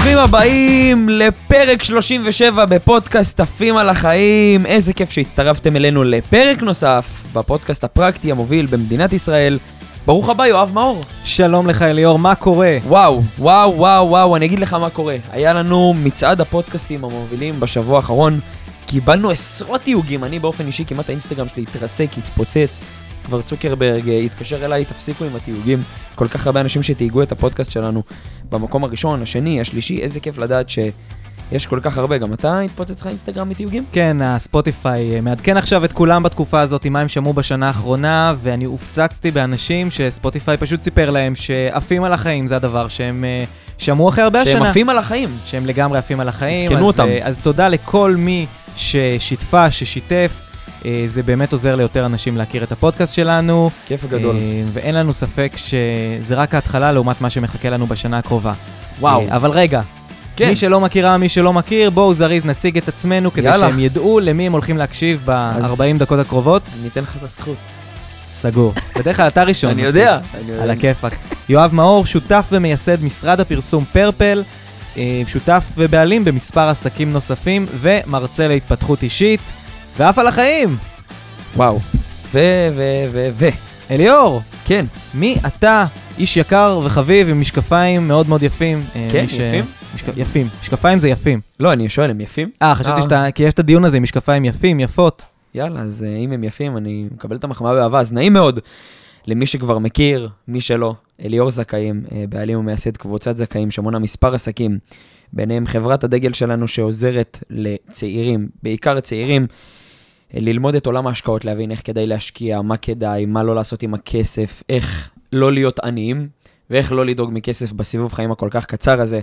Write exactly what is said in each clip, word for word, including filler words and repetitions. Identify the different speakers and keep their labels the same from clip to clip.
Speaker 1: ברוכים הבאים לפרק שלושים ושבע בפודקאסט עפים על החיים. איזה כיף שהצטרפתם אלינו לפרק נוסף בפודקאסט הפרקטי המוביל במדינת ישראל. ברוך הבא יואב מאור.
Speaker 2: שלום לך אליאור, מה קורה?
Speaker 1: וואו, וואו, וואו, וואו, אני אגיד לך מה קורה. היה לנו מצעד הפודקאסטים המובילים בשבוע האחרון. קיבלנו עשרות תיוגים, אני באופן אישי כמעט האינסטגרם שלי התרסק, התפוצץ. כבר צוקרברג התקשר אליי, תפסיקו עם התיוגים. כל כך הרבה אנשים שתיגעו את הפודקאסט שלנו במקום הראשון, השני, השלישי. איזה כיף לדעת שיש כל כך הרבה. גם אתה התפוצץ לך אינסטגרם מתיוגים?
Speaker 2: כן, הספוטיפיי מעדכן עכשיו את כולם בתקופה הזאת, מה הם שמעו בשנה האחרונה, ואני הופצצתי באנשים שספוטיפיי פשוט סיפר להם שעפים על החיים, זה הדבר שהם שמעו אחרי הרבה השנה.
Speaker 1: שהם עפים על החיים.
Speaker 2: שהם לגמרי עפים על החיים.
Speaker 1: התקנו אותם.
Speaker 2: אז תודה לכל מי ששיתפה, ששיתף. זה באמת עוזר ליותר אנשים להכיר את הפודקאסט שלנו.
Speaker 1: כיף גדול.
Speaker 2: ואין לנו ספק שזה רק ההתחלה לעומת מה שמחכה לנו בשנה הקרובה.
Speaker 1: וואו.
Speaker 2: אבל רגע, כן. מי שלא מכירה, מי שלא מכיר, בואו זריז נציג את עצמנו כדי יאללה. שהם ידעו למי הם הולכים להקשיב ב-ארבעים דקות הקרובות.
Speaker 1: אני אתן לך את הזכות.
Speaker 2: סגור. בדרך כלל אתה ראשון.
Speaker 1: אני יודע.
Speaker 2: על הכיפק. יואב מאור, שותף ומייסד משרד הפרסום פרפל, שותף ובעלים במספר עסקים נוספים, ומרצה להתפתחות אישית. ואף על החיים.
Speaker 1: וואו. ו, ו, ו, ו.
Speaker 2: אליאור.
Speaker 1: כן.
Speaker 2: מי אתה, איש יקר וחביב עם משקפיים מאוד מאוד יפים?
Speaker 1: כן, ש... יפים?
Speaker 2: משק... יפים. משקפיים זה יפים.
Speaker 1: לא, אני שואל, הם יפים?
Speaker 2: אה, חשבתי שאתה, כי יש את הדיון הזה עם משקפיים יפים, יפות.
Speaker 1: יאללה, אז אם הם יפים, אני מקבל את המחמאה באהבה, אז נעים מאוד. למי שכבר מכיר, מי שלא, אליאור זכאים, בעלים ומייסד קבוצת זכאים, שמונה מספר עסקים, ביניהם חברת הדגל שלנו שעוזרת לצעירים, בעיקר צעירים, ללמוד את עולם ההשקעות, להבין איך כדאי להשקיע, מה כדאי, מה לא לעשות עם הכסף, איך לא להיות עניים, ואיך לא לדאוג מכסף בסיבוב חיים הכל כך קצר הזה.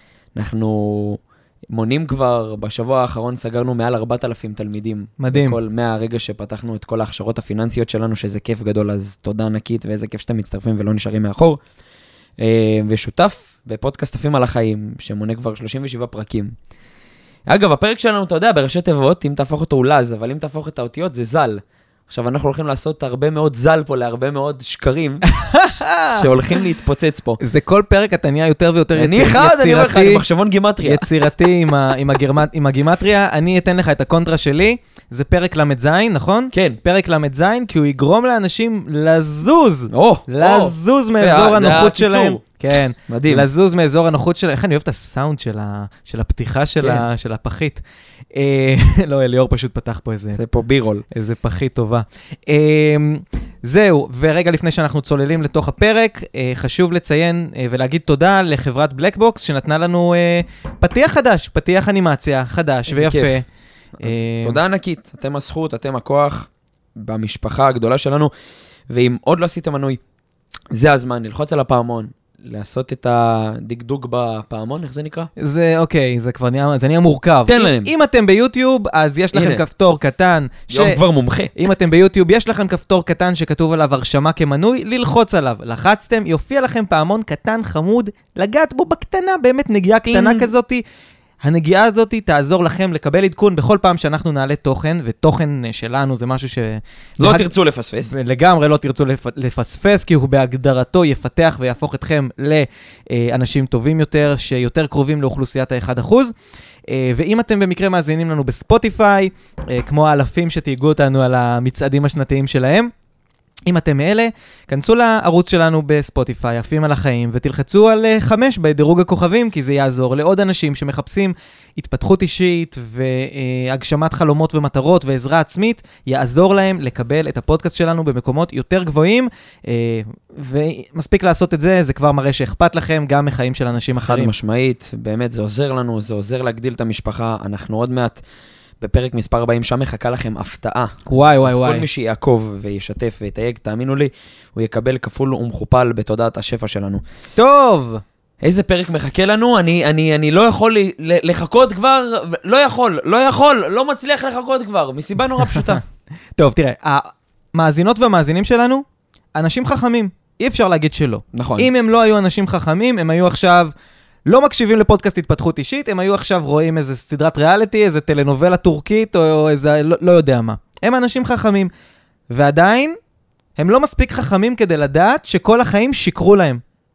Speaker 1: אנחנו מונים כבר, בשבוע האחרון סגרנו מעל ארבעת אלפים תלמידים.
Speaker 2: מדהים.
Speaker 1: בכל, מהרגע שפתחנו את כל ההכשרות הפיננסיות שלנו, שזה כיף גדול, אז תודה ענקית, ואיזה כיף שאתם מצטרפים ולא נשארים מאחור. ושותף בפודקאסט עפים על החיים, שמונה כבר שלושים ושבעה פרקים. אגב, הפרק שלנו, אתה יודע, בראשי תיבות, אם תהפוך אותו אולז, אבל אם תהפוך את האותיות, זה זל. עכשיו, אנחנו הולכים לעשות הרבה מאוד זל פה, להרבה מאוד שקרים, שהולכים להתפוצץ פה.
Speaker 2: זה כל פרק אתה נהיה יותר ויותר יצירתי.
Speaker 1: אני אחד, אני אומר לך, אני מחשבון גימטריה.
Speaker 2: יצירתי עם הגימטריה, אני אתן לך את הקונטרה שלי, זה פרק למד זין, נכון?
Speaker 1: כן.
Speaker 2: פרק למד זין, כי הוא יגרום לאנשים לזוז,
Speaker 1: או,
Speaker 2: לזוז מאזור הנוחות שלהם. כן,
Speaker 1: מדהים.
Speaker 2: לזוז מאזור הנוחות שלהם. איך אני אוהב את הסאונד של הפתיחה של הפחית. לא, אליאור פשוט פתח פה איזה...
Speaker 1: זה פה בירול.
Speaker 2: איזה פחית טובה. זהו, ורגע לפני שאנחנו צוללים לתוך הפרק, חשוב לציין ולהגיד תודה לחברת בלקבוקס, שנתנה לנו פתיח חדש, פתיח אנימציה חדש ויפה.
Speaker 1: אז תודה ענקית, אתם הזכות, אתם הכוח במשפחה הגדולה שלנו, ואם עוד לא עשיתם מנוי, זה הזמן, ללחוץ על הפעמון, לעשות את הדקדוק בפעמון, איך זה נקרא?
Speaker 2: זה אוקיי, זה כבר נהיה, זה נהיה מורכב.
Speaker 1: תן להם.
Speaker 2: אם אתם ביוטיוב, אז יש לכם כפתור קטן.
Speaker 1: יום כבר מומחה.
Speaker 2: אם אתם ביוטיוב, יש לכם כפתור קטן שכתוב עליו הרשמה כמנוי, ללחוץ עליו. לחצתם, יופיע לכם פעמון קטן חמוד, לגעת בו בקטנה, באמת נגיעה קטנה כזאת. הנגיעה הזאת תעזור לכם לקבל עדכון בכל פעם שאנחנו נעלה תוכן, ותוכן שלנו זה משהו ש...
Speaker 1: לא תרצו לפספס.
Speaker 2: לגמרי לא תרצו לפספס, כי הוא בהגדרתו יפתח ויהפוך אתכם לאנשים טובים יותר, שיותר קרובים לאוכלוסיית ה-אחד אחוז. ואם אתם במקרה מאזינים לנו בספוטיפיי, כמו האלפים שתיגעו אותנו על המצעדים השנתיים שלהם, אם אתם מאלה, כנסו לערוץ שלנו בספוטיפיי, עפים על החיים, ותלחצו על חמש בדירוג הכוכבים, כי זה יעזור לעוד אנשים שמחפשים התפתחות אישית והגשמת חלומות ומטרות ועזרה עצמית, יעזור להם לקבל את הפודקאסט שלנו במקומות יותר גבוהים, ומספיק לעשות את זה, זה כבר מראה שאכפת לכם גם מחיים של אנשים אחרים.
Speaker 1: חד משמעית, באמת זה עוזר לנו, זה עוזר להגדיל את המשפחה, אנחנו עוד מעט... בפרק מספר ארבעים שם מחכה לכם הפתעה.
Speaker 2: וואי, וואי,
Speaker 1: אז
Speaker 2: וואי.
Speaker 1: כל מי שיעקוב וישתף ויתייג, תאמינו לי, הוא יקבל כפול ומכופל בתודעת השפע שלנו.
Speaker 2: טוב!
Speaker 1: איזה פרק מחכה לנו? אני, אני, אני לא יכול לחכות כבר, לא יכול, לא יכול, לא מצליח לחכות כבר, מסיבה נורא פשוטה.
Speaker 2: טוב, תראה, המאזינות והמאזינים שלנו, אנשים חכמים, אי אפשר להגיד שלא.
Speaker 1: נכון.
Speaker 2: אם הם לא היו אנשים חכמים, הם היו עכשיו... לא מקשיבים לפודקאסט התפתחות אישית, הם היו עכשיו רואים איזה סדרת ריאליטי, איזה טלנובלה טורקית, או איזה, לא, לא יודע מה. הם אנשים חכמים. ועדיין, הם לא מספיק חכמים כדי לדעת שכל החיים שיקרו להם.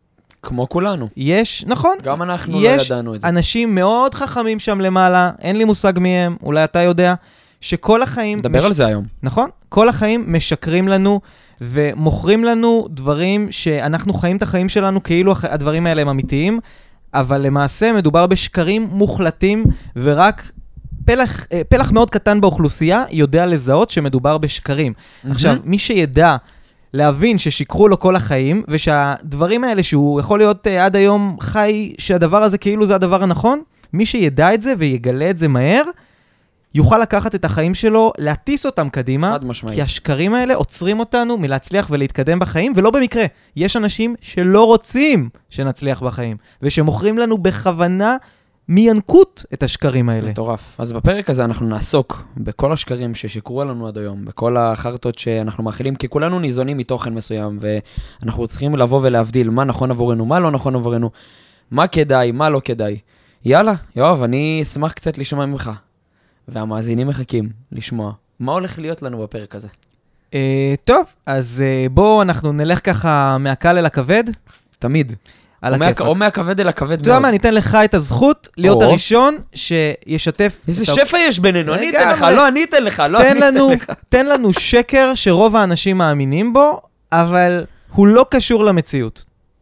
Speaker 1: כמו כולנו.
Speaker 2: יש, נכון.
Speaker 1: גם אנחנו לא ידענו את זה.
Speaker 2: יש אנשים מאוד חכמים שם למעלה, אין לי מושג מהם, אולי אתה יודע, שכל החיים...
Speaker 1: נדבר מש... על זה היום.
Speaker 2: נכון? כל החיים משקרים לנו, ומוכרים לנו דברים שאנחנו חיים את החיים שלנו, כאילו הדברים האלה הם אמיתיים, אבל למעשה מדובר בשקרים מוחלטים, ורק פלח, פלח מאוד קטן באוכלוסייה יודע לזהות שמדובר בשקרים. Mm-hmm. עכשיו, מי שידע להבין ששיקרו לו כל החיים, ושהדברים האלה שהוא יכול להיות עד היום חי, שהדבר הזה כאילו זה הדבר הנכון, מי שידע את זה ויגלה את זה מהר, יוכל לקחת את החיים שלו, להטיס אותם קדימה,
Speaker 1: חד משמעית.
Speaker 2: כי השקרים האלה עוצרים אותנו מלהצליח ולהתקדם בחיים, ולא במקרה. יש אנשים שלא רוצים שנצליח בחיים, ושמוכרים לנו בכוונה מינקות את השקרים האלה.
Speaker 1: מטורף. אז בפרק הזה אנחנו נעסוק בכל השקרים ששיקרו לנו עד היום, בכל החרטות שאנחנו מאכילים, כי כולנו ניזונים מתוכן מסוים, ואנחנו צריכים לבוא ולהבדיל מה נכון עבורנו, מה לא נכון עבורנו, מה כדאי, מה לא כדאי. יאללה, יואב, אני אשמח קצת לשמוע ממך. והמאזינים מחכים לשמוע. מה הולך להיות לנו בפרק הזה?
Speaker 2: אה, טוב, אז אה, בואו אנחנו נלך ככה מהקל אל הכבד.
Speaker 1: תמיד.
Speaker 2: על
Speaker 1: או,
Speaker 2: הכיפק.
Speaker 1: מה, או מהכבד אל הכבד מאוד.
Speaker 2: אתה יודע מה, אני אתן לך את הזכות להיות
Speaker 1: או.
Speaker 2: הראשון שישתף...
Speaker 1: איזה
Speaker 2: את
Speaker 1: שפע יש בינינו, אני אתן לך,
Speaker 2: לגמרי.
Speaker 1: לא, אני אתן לך, לא,
Speaker 2: תן
Speaker 1: אני אתן
Speaker 2: לנו,
Speaker 1: לך.
Speaker 2: תן לנו שקר שרוב האנשים מאמינים בו, אבל הוא לא קשור למציאות.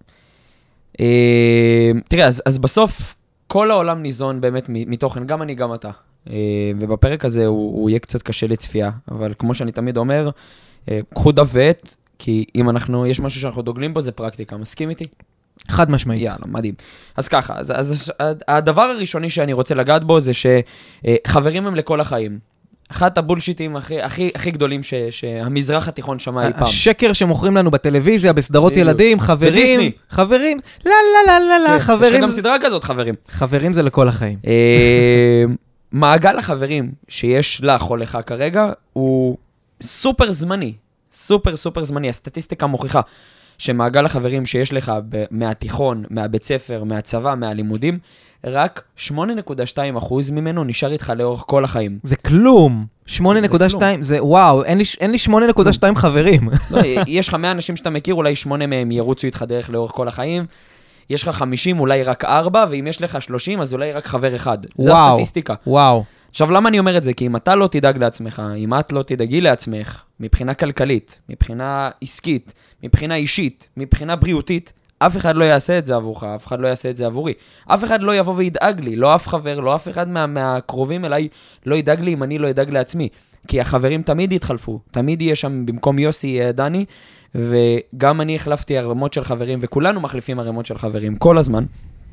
Speaker 1: אה, תראה, אז, אז בסוף כל העולם ניזון באמת מתוכן, גם אני, גם אתה. ובפרק הזה הוא, הוא יהיה קצת קשה לצפייה, אבל כמו שאני תמיד אומר, קחו דוות, כי אם אנחנו, יש משהו שאנחנו דוגלים בו, זה פרקטיקה. מסכים איתי?
Speaker 2: חד משמעית.
Speaker 1: יאללה, מדהים. אז ככה, אז, אז הדבר הראשוני שאני רוצה לגעת בו, זה שחברים הם לכל החיים. אחת הבולשיטים הכי, הכי, הכי גדולים ש, שהמזרח התיכון שמע אי פעם.
Speaker 2: השקר שמוכרים לנו בטלוויזיה, בסדרות ילדים, חברים.
Speaker 1: בדיסני.
Speaker 2: חברים. לא, לא, לא, לא, לא, חברים.
Speaker 1: יש לך גם סדרה כזאת, חברים.
Speaker 2: חברים זה לכל החיים.
Speaker 1: מעגל החברים שיש לך או לך כרגע, הוא סופר זמני. סופר סופר זמני. הסטטיסטיקה מוכיחה שמעגל החברים שיש לך מהתיכון, מהבית ספר, מהצבא, מהלימודים, רק שמונה נקודה שתיים אחוז ממנו נשאר איתך לאורך כל החיים.
Speaker 2: זה כלום. שמונה נקודה שתיים, זה וואו, אין לי, אין לי שמונה נקודה שתיים חברים.
Speaker 1: לא, יש לך מאה אנשים שאתה מכיר, אולי שמונה מהם ירוצו איתך דרך לאורך כל החיים. יש לך חמישים, אולי רק ארבע, ואם יש לך שלושים, אז אולי רק חבר אחד. זה
Speaker 2: וואו,
Speaker 1: הסטטיסטיקה.
Speaker 2: וואו.
Speaker 1: עכשיו, למה אני אומר את זה? כי אם אתה לא תדאג לעצמך, אם את לא תדאגי לעצמך, מבחינה כלכלית, מבחינה עסקית, מבחינה אישית, מבחינה בריאותית, אף אחד לא יעשה את זה עבורך, אף אחד לא יעשה את זה עבורי. אף אחד לא יבוא וידאג לי, לא אף חבר, לא אף אחד מה, מהקרובים אליי לא ידאג לי אם אני לא ידאג לעצמי. כי החברים תמיד יתחלפו, תמיד יהיה שם במקום יוסי, יהיה דני, וגם אני החלפתי הרמות של חברים, וכולנו מחליפים הרמות של חברים כל הזמן.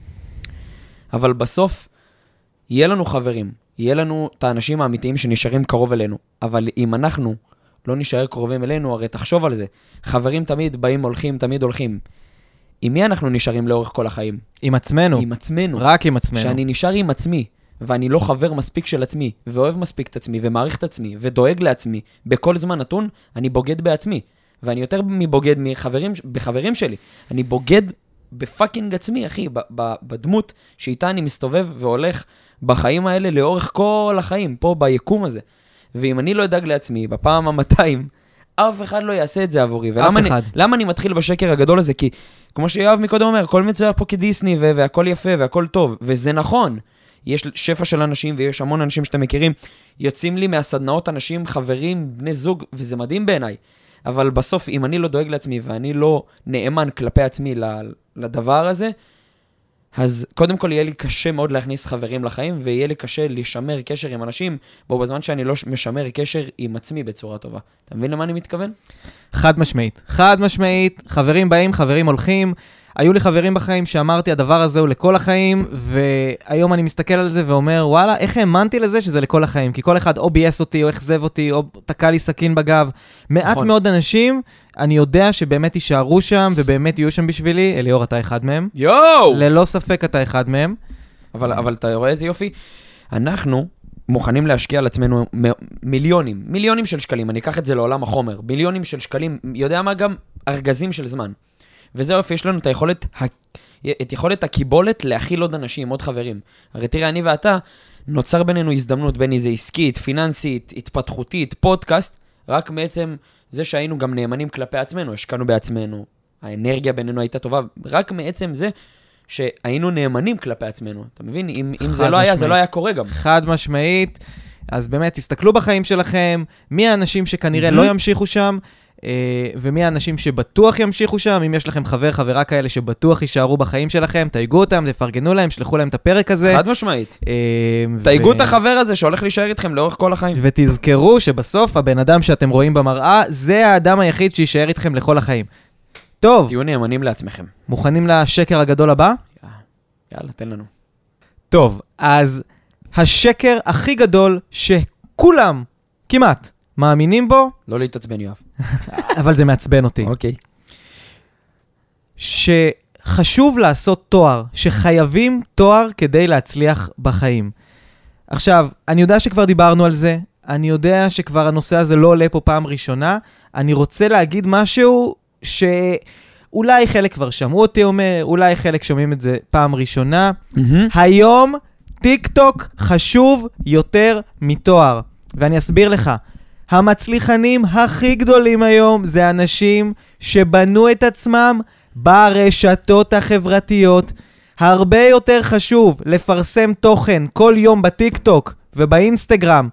Speaker 1: אבל בסוף, יהיה לנו חברים, יהיה לנו את האנשים האמיתיים שנשארים קרוב אלינו, אבל אם אנחנו לא נשאר קרובים אלינו, הרי תחשוב על זה. חברים תמיד באים, הולכים, תמיד הולכים. עם מי אנחנו נשארים לאורך כל החיים?
Speaker 2: עם עצמנו.
Speaker 1: עם עצמנו.
Speaker 2: רק עם עצמנו.
Speaker 1: שאני נשאר עם עצמי, ואני לא חבר מספיק של עצמי, ואוהב מספיק את עצמי, ומעריך את עצמי, ודואג לעצמי, בכל זמן נתון, אני בוגד בעצמי. ואני יותר מבוגד מחברים, בחברים שלי. אני בוגד בפאקינג עצמי, אחי, ב- ב- בדמות שאיתה אני מסתובב והולך בחיים האלה לאורך כל החיים, פה ביקום הזה. ואם אני לא אדאג לעצמי, בפעם ה-מאתיים, אף אחד לא יעשה את זה עבורי. ולמה אני, למה אני מתחיל בשקר הגדול הזה? כי כמו שיואב מקודם אומר, כל מצויה פה כדיסני, ו- והכל יפה, והכל טוב. וזה נכון. יש שפע של אנשים, ויש המון אנשים שאתם מכירים, יוצאים לי מהסדנאות אנשים, חברים, בני זוג, וזה מדהים בעיניי. אבל בסוף, אם אני לא דואג לעצמי, ואני לא נאמן כלפי עצמי לדבר הזה, אז קודם כל יהיה לי קשה מאוד להכניס חברים לחיים, ויהיה לי קשה לשמר קשר עם אנשים, בו בזמן שאני לא משמר קשר עם עצמי בצורה טובה. אתה מבין למה אני מתכוון?
Speaker 2: חד משמעית. חד משמעית, חברים באים, חברים הולכים. היו לי חברים בחיים שאמרתי, הדבר הזה הוא לכל החיים, והיום אני מסתכל על זה ואומר, וואלה, איך האמנתי לזה שזה לכל החיים? כי כל אחד או בייס אותי, או החזב אותי, או תקע לי סכין בגב. מעט נכון. מאוד אנשים, אני יודע שבאמת יישארו שם, ובאמת יהיו שם בשבילי. אליאור, אתה אחד מהם.
Speaker 1: יואו!
Speaker 2: ללא ספק אתה אחד מהם.
Speaker 1: אבל, אבל אתה רואה איזה יופי? אנחנו מוכנים להשקיע על עצמנו מיליונים, מיליונים של שקלים. אני אקח את זה לעולם החומר. מיליונים של שקלים, יודע מה גם? ארגזים של זמן. וזה אופי, יש לנו את היכולת, את יכולת הקיבולת להכיל עוד אנשים, עוד חברים. הרי תראה, אני ואתה, נוצר בינינו הזדמנות, בין איזה עסקית, פיננסית, התפתחותית, פודקאסט, רק בעצם זה שהיינו גם נאמנים כלפי עצמנו, השקענו בעצמנו. האנרגיה בינינו הייתה טובה, רק מעצם זה שהיינו נאמנים כלפי עצמנו. אתה מבין? אם, אם זה לא היה, זה לא היה קורה גם.
Speaker 2: חד משמעית. אז באמת, תסתכלו בחיים שלכם, מי האנשים שכנראה
Speaker 1: Mhm.
Speaker 2: לא ימשיכו שם, אה, ומי האנשים שבטוח ימשיכו שם. אם יש לכם חבר, חברה כאלה שבטוח יישארו בחיים שלכם, תייגו אותם, תפרגנו להם, שלחו להם את הפרק הזה.
Speaker 1: חד משמעית.
Speaker 2: אה,
Speaker 1: תייגו
Speaker 2: ו-
Speaker 1: את החבר הזה שהולך להישאר איתכם לאורך כל החיים.
Speaker 2: ותזכרו שבסוף הבן אדם שאתם רואים במראה, זה האדם היחיד שישאר איתכם לכל החיים. טוב,
Speaker 1: תהיו נאמנים לעצמכם.
Speaker 2: מוכנים לשקר הגדול הבא?
Speaker 1: יאללה, תן לנו.
Speaker 2: טוב, אז השקר הכי גדול שכולם, כמעט, מאמינים בו,
Speaker 1: לא להתעצבן, יואב.
Speaker 2: אבל זה מעצבן אותי.
Speaker 1: אוקיי.
Speaker 2: שחשוב לעשות תואר, שחייבים תואר כדי להצליח בחיים. עכשיו, אני יודע שכבר דיברנו על זה, אני יודע שכבר הנושא הזה לא עולה פה פעם ראשונה, אני רוצה להגיד משהו שאולי חלק כבר שמעו אותי אומר, אולי חלק שומעים את זה פעם ראשונה. היום טיק טוק חשוב יותר מתואר, ואני אסביר לך. המצליחנים הכי גדולים היום זה אנשים שבנו את עצמם ברשתות החברתיות. הרבה יותר חשוב לפרסם תוכן כל יום בטיק טוק ובאינסטגרם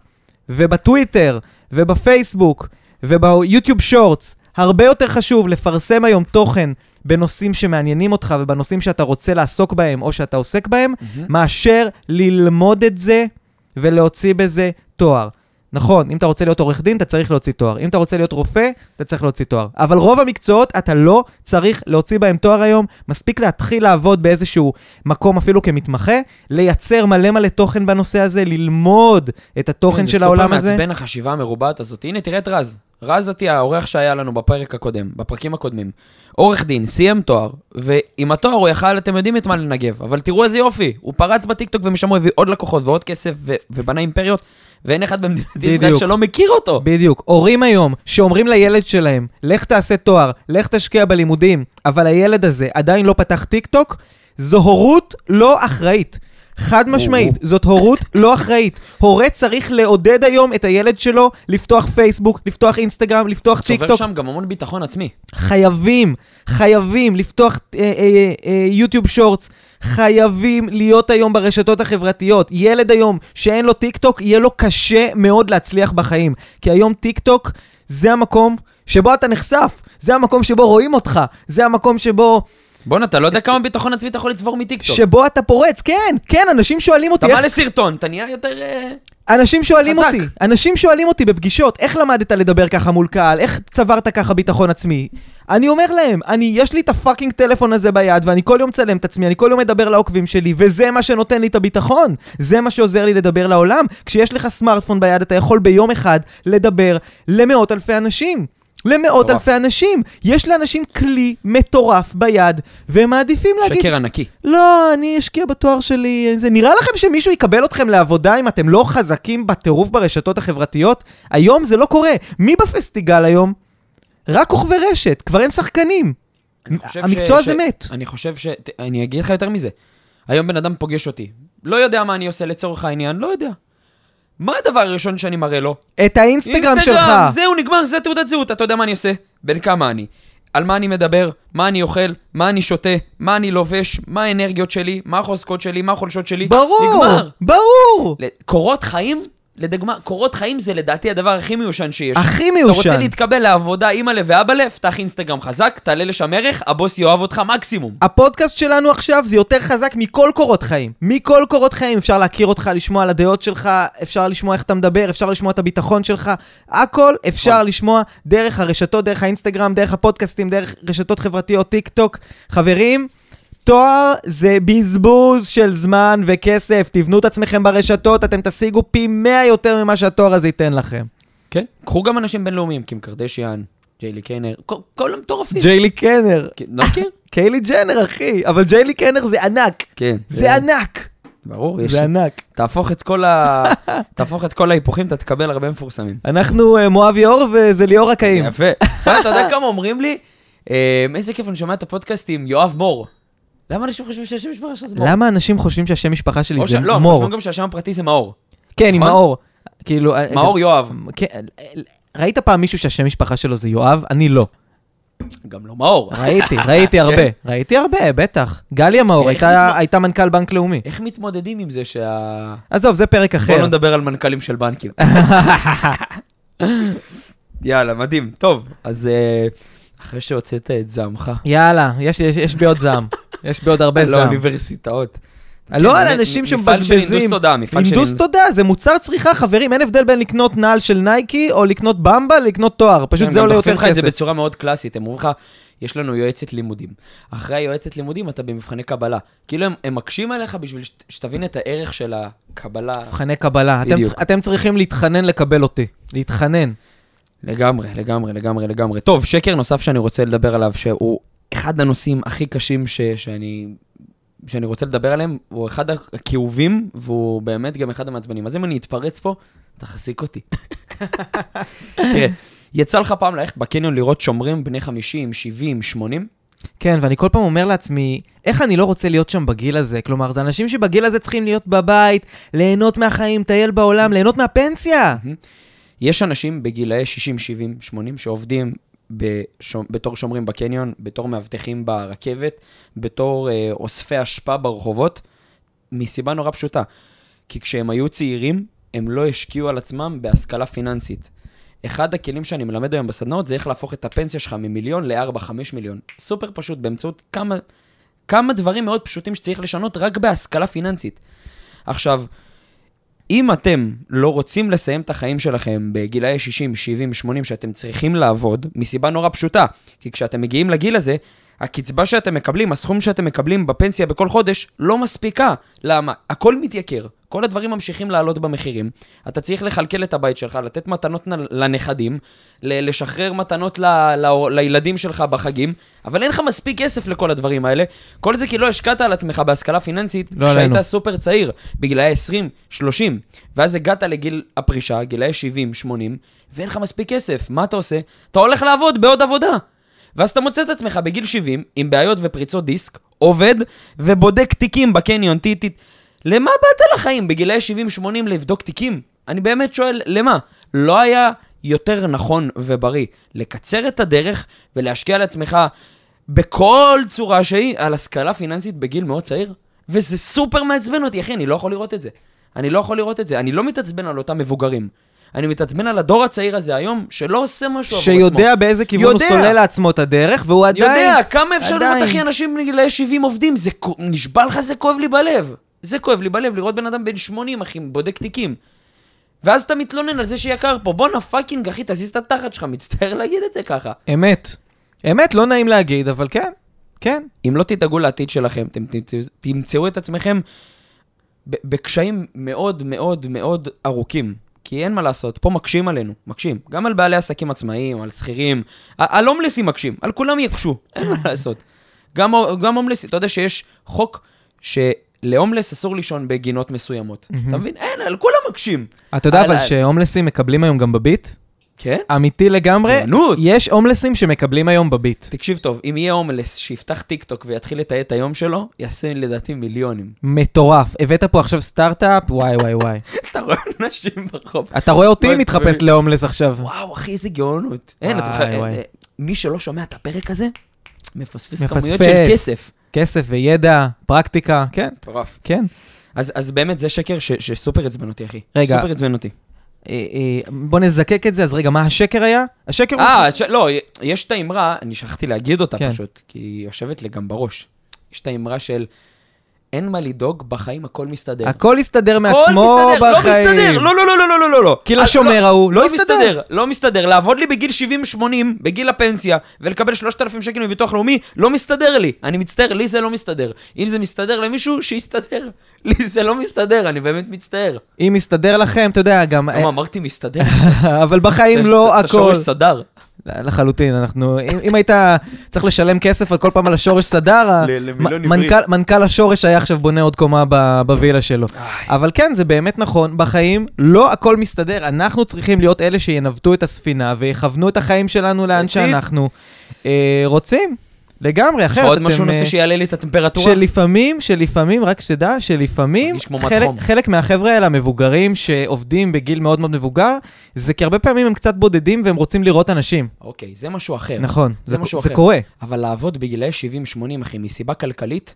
Speaker 2: ובטוויטר ובפייסבוק וביוטיוב שורטס. הרבה יותר חשוב לפרסם היום תוכן בנושאים שמעניינים אותך ובנושאים שאתה רוצה לעסוק בהם או שאתה עוסק בהם, mm-hmm. מאשר ללמוד את זה ולהוציא בזה תואר. נכון, אם אתה רוצה להיות עורך דין, אתה צריך להוציא תואר. אם אתה רוצה להיות רופא, אתה צריך להוציא תואר. אבל רוב המקצועות, אתה לא צריך להוציא בהם תואר היום. מספיק להתחיל לעבוד באיזשהו מקום, אפילו כמתמחה, לייצר מלא מלא תוכן בנושא הזה, ללמוד את התוכן של העולם הזה.
Speaker 1: זה סופר מעצבן החשיבה המרובעת הזאת. הנה, תראה את רז. רז אותי, העורך שהיה לנו בפרק הקודם, בפרקים הקודמים. עורך דין, סיים תואר, ועם התואר הוא יכל, אתם יודעים את מה לנגב. אבל תראו איזה יופי. הוא פרץ בטיקטוק ומשם הוא הביא עוד לקוחות ועוד כסף ו- ובנה אימפריות. ואין אחד במדינת ישראל שלא מכיר אותו.
Speaker 2: בדיוק. הורים היום שאומרים לילד שלהם, לך תעשה תואר, לך תשקיע בלימודים, אבל הילד הזה עדיין לא פתח טיק טוק, זו הורות לא אחראית. חד משמעית, זאת הורות לא אחראית. הורה צריך לעודד היום את הילד שלו לפתוח פייסבוק, לפתוח אינסטגרם, לפתוח טיק טוק.
Speaker 1: צובר שם גם המון ביטחון עצמי.
Speaker 2: חייבים, חייבים לפתוח אה, אה, אה, יוטיוב שורטס, חייבים להיות היום ברשתות החברתיות. ילד היום שאין לו טיק טוק, יהיה לו קשה מאוד להצליח בחיים. כי היום טיק טוק זה המקום שבו אתה נחשף, זה המקום שבו רואים אותך, זה המקום שבו...
Speaker 1: בוא אתה לא יודע כמה ביטחון עצמי אתה יכול לצבור מטיק טוק.
Speaker 2: שבו אתה פורץ, כן, כן, אנשים שואלים אותי...
Speaker 1: אתה בא לסרטון, אתה נהיה יותר...
Speaker 2: אנשים שואלים אותי, אנשים שואלים אותי בפגישות, איך למדת לדבר ככה מול קהל, איך צברת ככה ביטחון עצמי? אני אומר להם, אני, יש לי את הפאקינג טלפון הזה ביד, ואני כל יום צלם את עצמי, אני כל יום מדבר לעוקבים שלי, וזה מה שנותן לי את הביטחון, זה מה שעוזר לי לדבר לעולם. כשיש לך סמארטפון ביד, אתה יכול ביום אחד לדבר למאות אלפי אנשים. למאות אלפי אנשים. יש לאנשים כלי מטורף ביד, והם מעדיפים להגיד...
Speaker 1: שקר ענקי.
Speaker 2: לא, אני אשקיע בתואר שלי. זה נראה לכם שמישהו יקבל אתכם לעבודה אם אתם לא חזקים בטירוף ברשתות החברתיות? היום זה לא קורה. מי בפסטיגל היום? רק כוכבי רשת, כבר אין שחקנים. המקצוע הזה מת.
Speaker 1: אני חושב ש... אני אגיד לך יותר מזה. היום בן אדם פוגש אותי. לא יודע מה אני עושה לצורך העניין, לא יודע. מה הדבר הראשון שאני מראה לו?
Speaker 2: את האינסטגרם שלך.
Speaker 1: אינסטגרם, זהו, נגמר, זה תעודת זהות. אתה יודע מה אני עושה? בין כמה אני? על מה אני מדבר? מה אני אוכל? מה אני שותה? מה אני לובש? מה האנרגיות שלי? מה החוזקות שלי? מה החולשות שלי?
Speaker 2: ברור,
Speaker 1: נגמר.
Speaker 2: ברור.
Speaker 1: קורות חיים? לדגמה, קורות חיים זה לדעתי הדבר הכי מיושן שיש.
Speaker 2: הכי מיושן.
Speaker 1: אתה רוצה להתקבל לעבודה, אמא לב ואבא לב, פתח אינסטגרם חזק, תעלה לשם ערך, הבוס יאהב אותך מקסימום.
Speaker 2: הפודקאסט שלנו עכשיו זה יותר חזק מכל קורות חיים. מכל קורות חיים אפשר להכיר אותך, לשמוע על הדעות שלך, אפשר לשמוע איך אתה מדבר, אפשר לשמוע את הביטחון שלך. הכל אפשר לשמוע דרך הרשתות, דרך האינסטגרם, דרך הפודקאסטים, דרך רשתות חברתיות, טיק טוק. חברים, תואר זה בזבוז של זמן וכסף. תבנו את עצמכם ברשתות, אתם תשיגו פי מאה יותר ממה שהתואר הזה ייתן לכם.
Speaker 1: כן. קחו גם אנשים בינלאומיים, קים קרדשיאן, ג'יילי קנר, כל המטורפים.
Speaker 2: ג'יילי קנר.
Speaker 1: לא מכיר?
Speaker 2: קיילי ג'נר, אחי. אבל ג'יילי קנר זה ענק.
Speaker 1: כן.
Speaker 2: זה ענק.
Speaker 1: ברור,
Speaker 2: זה ענק.
Speaker 1: תהפוך את כל ה... תהפוך את כל ההיפוכים, אתה תקבל הרבה מפורסמים.
Speaker 2: אנחנו מואבי אור וזה ליאור הקיים.
Speaker 1: יפה. אתה יודע כמה אומרים לי? איזה כיף, אני שומע את הפודקאסט עם יואב מור. למה אנשים חושבים שהשם משפחה שלך זה מור?
Speaker 2: למה אנשים חושבים שהשם משפחה שלי זה
Speaker 1: לא,
Speaker 2: מור?
Speaker 1: חושבים גם שהשם הפרטי זה מאור.
Speaker 2: כן, עם מאור. כאילו...
Speaker 1: מאור יואב.
Speaker 2: ראית פעם מישהו שהשם משפחה שלו זה יואב? אני לא.
Speaker 1: גם לא מאור.
Speaker 2: ראיתי, ראיתי הרבה, ראיתי הרבה, בטח. גליה מאור הייתה מנכ"ל בנק לאומי.
Speaker 1: איך מתמודדים עם זה שה...
Speaker 2: עזוב, זה פרק אחר.
Speaker 1: בוא לא נדבר על מנכ"לים של בנקים. יאללה, מדהים. טוב, אז אחרי שהוצאת את זעמך.
Speaker 2: יאללה, יש בי עוד זעם. יש בי עוד הרבה זעם.
Speaker 1: לאוניברסיטאות.
Speaker 2: לא על אנשים שמבזבזים.
Speaker 1: מפעל של אינדוס תודה.
Speaker 2: אינדוס תודה, זה מוצר צריכה, חברים, אין הבדל בין לקנות נעל של נייקי, או לקנות במבה, לקנות תואר. פשוט זה עולה יותר כסף.
Speaker 1: זה בצורה מאוד קלאסית. הם אומרים לך, יש לנו יועצת לימודים. אחרי היועצת לימודים, אתה במבחני קבלה. כאילו הם מקשים עליך בשביל שתבין את הערך של הקבלה.
Speaker 2: מבחני קבלה. אתם צריכים להתחנן לקבל אותי. להתחנן.
Speaker 1: לגמרי, לגמרי, לגמרי, לגמרי. טוב, שקר נוסף שאני רוצה לדבר עליו, שהוא אחד הנושאים הכי קשים שאני... שאני רוצה לדבר עליהם, הוא אחד הכאובים, והוא באמת גם אחד המעצבנים. אז אם אני אתפרץ פה, תחזיק אותי. תראה, יצא לך פעם ללכת בקניון לראות שומרים בני חמישים, שבעים, שמונים?
Speaker 2: כן, ואני כל פעם אומר לעצמי, איך אני לא רוצה להיות שם בגיל הזה? כלומר, זה אנשים שבגיל הזה צריכים להיות בבית, ליהנות מהחיים, טייל בעולם, ליהנות מהפנסיה.
Speaker 1: יש אנשים בגילאי שישים, שבעים, שמונים שעובדים בשום, בתור שומרים בקניון, בתור מאבטחים ברכבת, בתור אה, אוספי אשפה ברחובות, מסיבה נורא פשוטה. כי כשהם היו צעירים, הם לא השקיעו על עצמם בהשכלה פיננסית. אחד הכלים שאני מלמד היום בסדנאות, זה איך להפוך את הפנסיה שלך ממיליון ל-ארבע חמש מיליון. סופר פשוט, באמצעות כמה, כמה דברים מאוד פשוטים שצריך לשנות רק בהשכלה פיננסית. עכשיו, אם אתם לא רוצים לסיים את החיים שלכם בגילאי שישים, שבעים, שמונים, שאתם צריכים לעבוד, מסיבה נורא פשוטה, כי כשאתם מגיעים לגיל הזה, הקצבה שאתם מקבלים, הסכום שאתם מקבלים בפנסיה בכל חודש, לא מספיקה. למה? הכל מתייקר. כל הדברים ממשיכים לעלות במחירים. אתה צריך לחלקל את הבית שלך, לתת מתנות לנכדים, לשחרר מתנות ל- ל- לילדים שלך בחגים, אבל אין לך מספיק כסף לכל הדברים האלה. כל זה כי לא השקעת על עצמך בהשכלה פיננסית, לא כשהיית עלינו. סופר צעיר, בגילאי עשרים, שלושים, ואז הגעת לגיל הפרישה, גילאי שבעים, שמונים, ואין לך מספיק כסף. מה אתה עושה? אתה הולך לעבוד בעוד עבודה. ואז אתה מוצא את עצמך בגיל שבעים, עם בעיות ופריצות דיסק, עובד ובודק תיקים בקניון, טיטית. למה באת לחיים בגילאי שבעים שמונים לבדוק תיקים? אני באמת שואל, למה? לא היה יותר נכון ובריא לקצר את הדרך ולהשקיע על עצמך בכל צורה שהיא על השכלה פיננסית בגיל מאוד צעיר? וזה סופר מעצבן אותי, אחי, אני לא יכול לראות את זה. אני לא יכול לראות את זה. אני לא מתעצבן על אותם מבוגרים. אני מתעצבן על הדור הצעיר הזה היום, שלא עושה משהו עבור עצמו.
Speaker 2: שיודע באיזה כיוון הוא סולל לעצמו את הדרך, והוא עדיין...
Speaker 1: יודע, כמה אפשר לראות אחי אנשים בגילאי שבעים עובדים, זה נשבע לך, זה כואב לי בלב. זה כואב לי בלב, לראות בן אדם בן שמונים, אחי, בודק תיקים. ואז אתה מתלונן על זה שיקר פה. בוא נפאקינג, אחי, תזיז את התחת שלך, מצטער להגיד את זה ככה.
Speaker 2: אמת. אמת, לא נעים להגיד, אבל כן. כן.
Speaker 1: אם לא תדאגו לעתיד שלכם, אתם תמצאו את עצמכם בקשיים מאוד מאוד מאוד ארוכים. כי אין מה לעשות, פה מקשים עלינו, מקשים. גם על בעלי עסקים עצמאיים, על שכירים, על הומלסים מקשים, על כולם יקשו, אין מה לעשות. גם, גם הומלסים, אתה יודע שיש חוק שלהומלס אסור לישון בגינות מסוימות. אתה מבין? אין, על כולם מקשים.
Speaker 2: אתה יודע אבל שהומלסים מקבלים היום גם בביט?
Speaker 1: כן?
Speaker 2: אמיתי לגמרי, יש הומלסים שמקבלים היום בביט.
Speaker 1: תקשיב טוב, אם יהיה הומלס שיפתח טיק טוק ויתחיל לתאר את היום שלו, יעשה לדעתי מיליונים.
Speaker 2: מטורף. הבאת פה עכשיו סטארט-אפ, וואי וואי וואי.
Speaker 1: אתה רואה אנשים ברחוב.
Speaker 2: אתה רואה אותי מתחפש להומלס עכשיו.
Speaker 1: וואו, אחי, איזה גאונות. אין, אתה חושב, מי שלא שומע את הפרק הזה, מפספס כמויות של כסף.
Speaker 2: כסף וידע, פרקטיקה, כן.
Speaker 1: מטורף.
Speaker 2: כן.
Speaker 1: אז באמת זה שקר שסופר עצבן אותי, אחי.
Speaker 2: רגע.
Speaker 1: סופר עצבן אותי.
Speaker 2: בוא נזקק את זה, אז רגע, מה השקר היה? השקר הוא...
Speaker 1: אה, לא, יש את האמרה, אני שכחתי להגיד אותה פשוט, כי היא יושבת לי גם בראש. יש את האמרה של, אין מה לדאוג, בחיים הכל מסתדר.
Speaker 2: הכל מסתדר מעצמו בחיים.
Speaker 1: לא מסתדר, לא, לא, לא, לא, לא, לא, לא.
Speaker 2: כי לשומר ההוא, לא מסתדר.
Speaker 1: לא מסתדר, לעבוד לי בגיל שבעים שמונים, בגיל הפנסיה, ולקבל שלושת אלפים שקל מביטוח לאומי, לא מסתדר לי. אני מצטער, לי זה לא מסתדר. אם זה מסתדר למישהו, שיסתדר. לי זה לא מסתדר, אני באמת מצטער.
Speaker 2: אם מסתדר לכם, אתה יודע, גם...
Speaker 1: כמה אמרתי מסתדר.
Speaker 2: אבל בחיים לא הכל.
Speaker 1: אתה שורש סדר.
Speaker 2: לחלוטין, אנחנו, אם, אם היית צריך לשלם כסף כל פעם על השורש סדר, מנכ"ל, מנכ"ל השורש היה עכשיו בונה עוד קומה בווילה שלו. אבל כן, זה באמת נכון, בחיים לא הכל מסתדר, אנחנו צריכים להיות אלה שינווטו את הספינה ויכוונו את החיים שלנו לאן שאנחנו אה, רוצים. לגמרי, אחרת
Speaker 1: עוד משהו נושא שיעלה לי את הטמפרטורה?
Speaker 2: שלפעמים, שלפעמים, רק שתדע, שלפעמים, חלק, חלק מהחבר'ה האלה, המבוגרים שעובדים בגיל מאוד מאוד מבוגר, זה כי הרבה פעמים הם קצת בודדים והם רוצים לראות אנשים.
Speaker 1: אוקיי, זה משהו אחר.
Speaker 2: נכון,
Speaker 1: זה,
Speaker 2: זה,
Speaker 1: משהו
Speaker 2: זה
Speaker 1: אחר.
Speaker 2: קורה.
Speaker 1: אבל לעבוד בגילי שבעים שמונים, אחי, מסיבה כלכלית,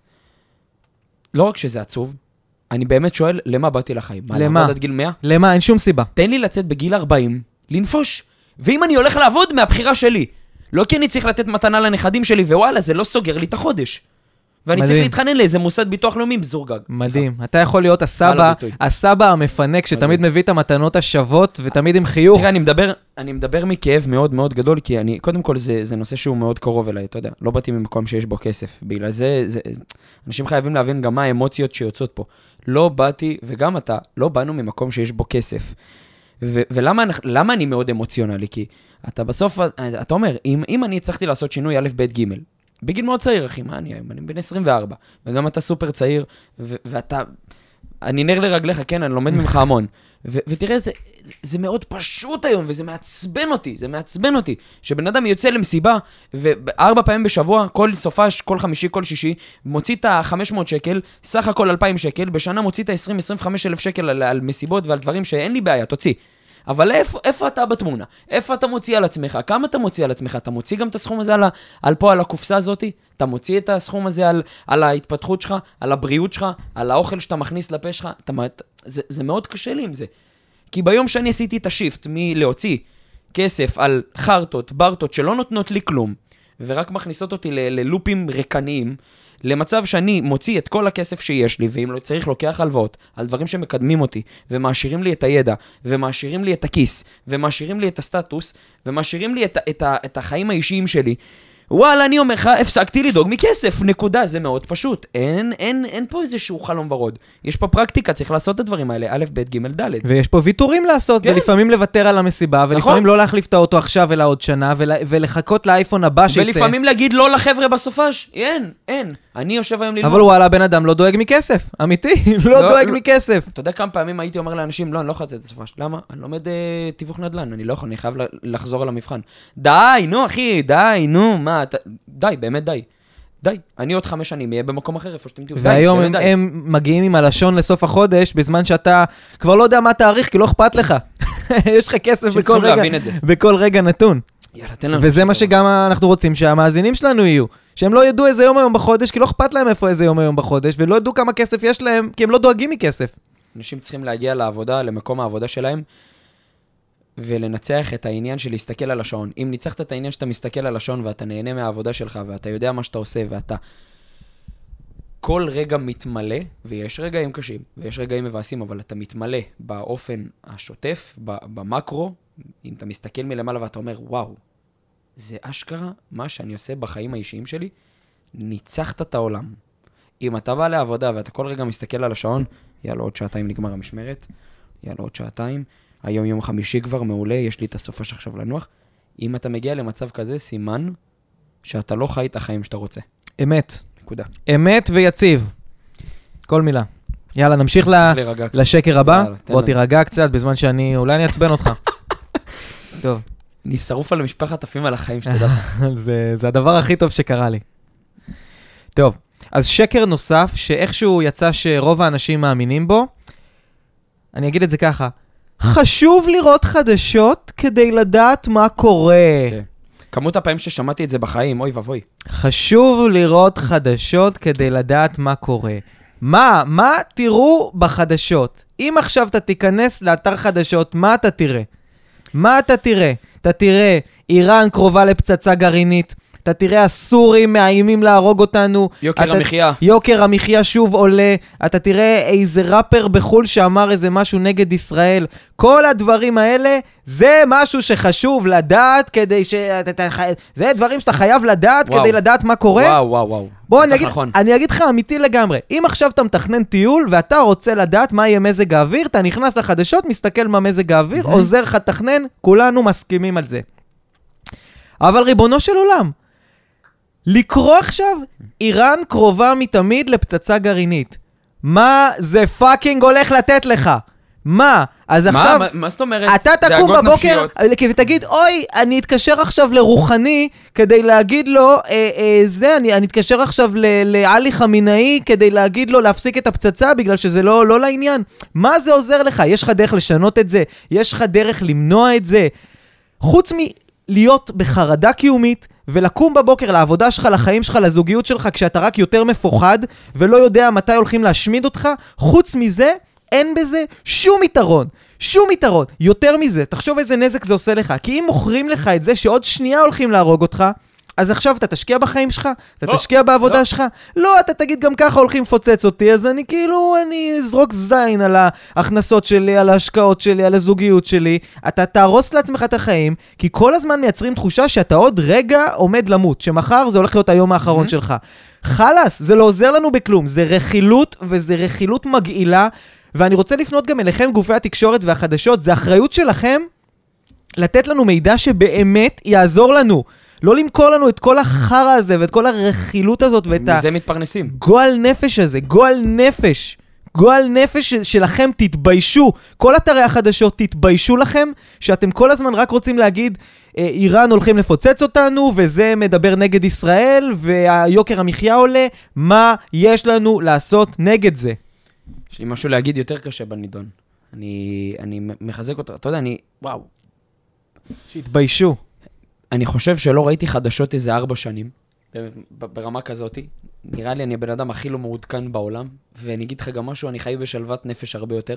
Speaker 1: לא רק שזה עצוב, אני באמת שואל, למה באתי לחיים? מה,
Speaker 2: למה?
Speaker 1: לעבוד עד גיל מאה?
Speaker 2: למה? אין שום סיבה.
Speaker 1: תן לי לצאת בגיל ארבעים, לנפוש. ואם אני הולך לעבוד, מהבחירה שלי. לא כי אני צריך לתת מתנה לנכדים שלי, ווואלה, זה לא סוגר לי את החודש. ואני מדהים. צריך להתחנן לאיזה מוסד ביטוח לאומי בזורגג.
Speaker 2: מדהים. סליחה. אתה יכול להיות הסבא, הסבא המפנק, שתמיד מביא את המתנות השוות, ותמיד עם חיוך.
Speaker 1: תראה, אני מדבר, אני מדבר מכאב מאוד מאוד גדול, כי אני, קודם כל זה, זה נושא שהוא מאוד קרוב אליי, אתה יודע. לא באתי ממקום שיש בו כסף. בגלל זה, זה, אנשים חייבים להבין גם מה האמוציות שיוצאות פה. לא באתי, וגם אתה, לא באנו ממקום שיש בו כסף. ו- ולמה למה אני מאוד אמוציונלי? כי אתה בסוף, אתה אומר, אם, אם אני הצלחתי לעשות שינוי א', ב', ג', בגיל מאוד צעיר, אחי, מה אני היום? אני בן עשרים וארבע, וגם אתה סופר צעיר, ו- ואתה, אני נר לרגליך, כן, אני לומד ממך המון. ו- ותראה, זה, זה, זה מאוד פשוט היום, וזה מעצבן אותי, זה מעצבן אותי, שבן אדם יוצא למסיבה, וארבע פעמים בשבוע, כל סופש, כל חמישי, כל שישי, מוציא את ה-חמש מאות שקל, סך הכל אלפיים שקל, בשנה מוציא את ה-עשרים עד עשרים וחמש אלף שקל על, על מסיבות ועל דברים שאין לי בעיה, תוציא. אבל איפה, איפה אתה בתמונה? איפה אתה מוציא על עצמך? כמה אתה מוציא על עצמך? אתה מוציא גם את הסכום הזה על, על פה, על הקופסה הזאת? אתה מוציא את הסכום הזה על, על ההתפתחות שלך, על הבריאות שלך, על האוכל שאתה מכניס לפה שלך? אתה, זה, זה מאוד קשה לי עם זה. כי ביום שאני עשיתי את השיפט מלהוציא כסף על חרטות, ברטות שלא נותנות לי כלום, ורק מכניסות אותי ל- ללופים רקניים, למצב שאני מוציא את כל הכסף שיש לי, ואם לא צריך לוקח הלוואות, על דברים שמקדמים אותי, ומאשירים לי את הידע, ומאשירים לי את הכיס, ומאשירים לי את הסטטוס, ומאשירים לי את, את, את, את החיים האישיים שלי, וואלה, אני אומר לך, הפסקתי לדאוג מכסף, נקודה, זה מאוד פשוט. אין, אין, אין פה איזשהו חלום ורוד. יש פה פרקטיקה, צריך לעשות את הדברים האלה, א', ב', ג', ד'.
Speaker 2: ויש פה ויתורים לעשות, כן. ולפעמים לוותר על המסיבה, ולפעמים נכון. לא להחליף את האוטו עכשיו אלא עוד שנה, ול, ולחכות לאייפון הבא שיצא.
Speaker 1: ולפעמים להגיד לא לחבר'ה בסופש. אין, אין. אני יושב היום ללמוד.
Speaker 2: אבל וואלה, בן אדם לא דואג מכסף. אמיתי, לא, לא דואג לא, מכסף.
Speaker 1: אתה יודע כמה פעמים הייתי אומר לאנשים, לא, אני לא יכול לצאת את הסופש. למה? אני לומד אה, תיווך נדל"ן, אני לא יכול, אני חייב לחזור על המבחן. די, נו, אחי, די, נו, מה, ת... די, באמת די. די. אני עוד חמש שנים אהיה במקום אחר, איפה שאתם תהיו.
Speaker 2: והיום הם, הם מגיעים עם הלשון לסוף החודש, בזמן שאתה כבר לא יודע מה תאריך, כי לא אכפת לך. יש לך כסף בכל רגע, בכל רגע נתון.
Speaker 1: יאללה, תן לנו.
Speaker 2: וזה מה שגם אנחנו רוצים שהמאזינים שלנו יהיו. שהם לא ידעו איזה יום היום בחודש, כי לא אכפת להם איפה איזה יום היום בחודש, ולא ידעו כמה כסף יש להם, כי הם לא דואגים מכסף.
Speaker 1: אנשים צריכים להגיע לעבודה, למקום העבודה שלהם, ולנצח את העניין של להסתכל על השעון. אם ניצחת את העניין שאתה מסתכל על השעון, ואתה נהנה מהעבודה שלך, ואתה יודע מה שאתה עושה, ואתה כל רגע מתמלא, ויש רגעים קשים, ויש רגעים מבאסים, אבל אתה מתמלא באופן השוטף, במקרו, אם אתה מסתכל מלמעלה ואתה אומר, וואו, זה אשכרה מה שאני עושה בחיים האישיים שלי, ניצחת את העולם. אם אתה בא לעבודה ואתה כל רגע מסתכל על השעון, יאללה, עוד שעתיים נגמר המשמרת, יאללה, עוד שעתיים, היום יום חמישי כבר מעולה, יש לי את הסופש עכשיו לנוח. אם אתה מגיע למצב כזה, סימן שאתה לא חי את החיים שאתה רוצה.
Speaker 2: אמת.
Speaker 1: נקודה.
Speaker 2: אמת ויציב. כל מילה. יאללה, נמשיך לשקר הבא. בוא תירגע קצת בזמן שאני, אולי אני אצבן אותך. טוב.
Speaker 1: אני שרוף על המשפחת עפים על החיים שתדע.
Speaker 2: זה, זה הדבר הכי טוב שקרה לי. טוב, אז שקר נוסף, שאיכשהו יצא שרוב האנשים מאמינים בו, אני אגיד את זה ככה, חשוב לראות חדשות כדי לדעת מה קורה.
Speaker 1: Okay. כמות הפעמים ששמעתי את זה בחיים, אוי ובוי.
Speaker 2: חשוב לראות חדשות כדי לדעת מה קורה. מה? מה תראו בחדשות? אם עכשיו אתה תיכנס לאתר חדשות, מה אתה תראה? מה אתה תראה? אתה תראה איראן קרובה לפצצה גרעינית, אתה תראה הסורים מאיימים להרוג אותנו.
Speaker 1: יוקר
Speaker 2: אתה,
Speaker 1: המחיה.
Speaker 2: יוקר המחיה שוב עולה. אתה תראה איזה ראפר בחול שאמר איזה משהו נגד ישראל. כל הדברים האלה, זה משהו שחשוב לדעת כדי ש... זה דברים שאתה חייב לדעת וואו. כדי לדעת מה קורה.
Speaker 1: וואו, וואו, וואו.
Speaker 2: בוא, אני אגיד, נכון. אני אגיד לך אמיתי לגמרי. אם עכשיו אתה מתכנן טיול ואתה רוצה לדעת מה יהיה מזג האוויר, אתה נכנס לחדשות, מסתכל מה מזג האוויר, עוזר לך תכנן, כולנו מסכימים על זה. אבל ריבונו של עולם, לקרוא עכשיו, איראן קרובה מתמיד לפצצה גרעינית. מה זה פאקינג הולך לתת לך? מה? אז עכשיו...
Speaker 1: מה, מה זאת אומרת?
Speaker 2: אתה תקום בבוקר ותגיד, אוי, אני אתקשר עכשיו לרוחני כדי להגיד לו, אה, אה, זה, אני, אני אתקשר עכשיו לעלי חמינאי כדי להגיד לו להפסיק את הפצצה בגלל שזה לא, לא לעניין. מה זה עוזר לך? יש לך דרך לשנות את זה? יש לך דרך למנוע את זה? חוץ מלהיות בחרדה קיומית ולקום בבוקר לעבודה שלך, לחיים שלך, לזוגיות שלך, כשאתה רק יותר מפוחד ולא יודע מתי הולכים להשמיד אותך, חוץ מזה, אין בזה שום יתרון, שום יתרון. יותר מזה, תחשוב איזה נזק זה עושה לך, כי אם מוכרים לך את זה שעוד שנייה הולכים להרוג אותך, אז עכשיו אתה תשקיע בחיים שלך, אתה לא, תשקיע בעבודה לא. שלך, לא, אתה תגיד גם ככה הולכים לפוצץ אותי, אז אני כאילו, אני אזרוק זין על ההכנסות שלי, על ההשקעות שלי, על הזוגיות שלי, אתה תהרוס לעצמך את החיים, כי כל הזמן מייצרים תחושה שאתה עוד רגע עומד למות, שמחר זה הולך להיות היום האחרון mm-hmm. שלך. חלס, זה לא עוזר לנו בכלום, זה רכילות, וזה רכילות מגעילה, ואני רוצה לפנות גם אליכם, גופי התקשורת והחדשות, זה אחריות שלכם לתת לנו מידע שבאמת יעזור לנו. לא למכור לנו את כל החרא הזה ואת כל הרכילות הזאת ואת
Speaker 1: מזה מתפרנסים.
Speaker 2: גועל נפש הזה, גועל נפש. גועל נפש שלכם, תתביישו. כל אתרי החדשות תתביישו לכם, שאתם כל הזמן רק רוצים להגיד, איראן הולכים לפוצץ אותנו, וזה מדבר נגד ישראל, והיוקר המחיה עולה. מה יש לנו לעשות נגד זה?
Speaker 1: יש לי משהו להגיד יותר קשה בנידון. אני, אני מחזק אותה. אתה יודע, אני, וואו.
Speaker 2: שהתביישו.
Speaker 1: אני חושב שלא ראיתי חדשות איזה ארבע שנים, ברמה כזאת. נראה לי אני הבן אדם הכי לא מעודכן בעולם, ואני אגיד לך גם משהו, אני חי בשלוות נפש הרבה יותר.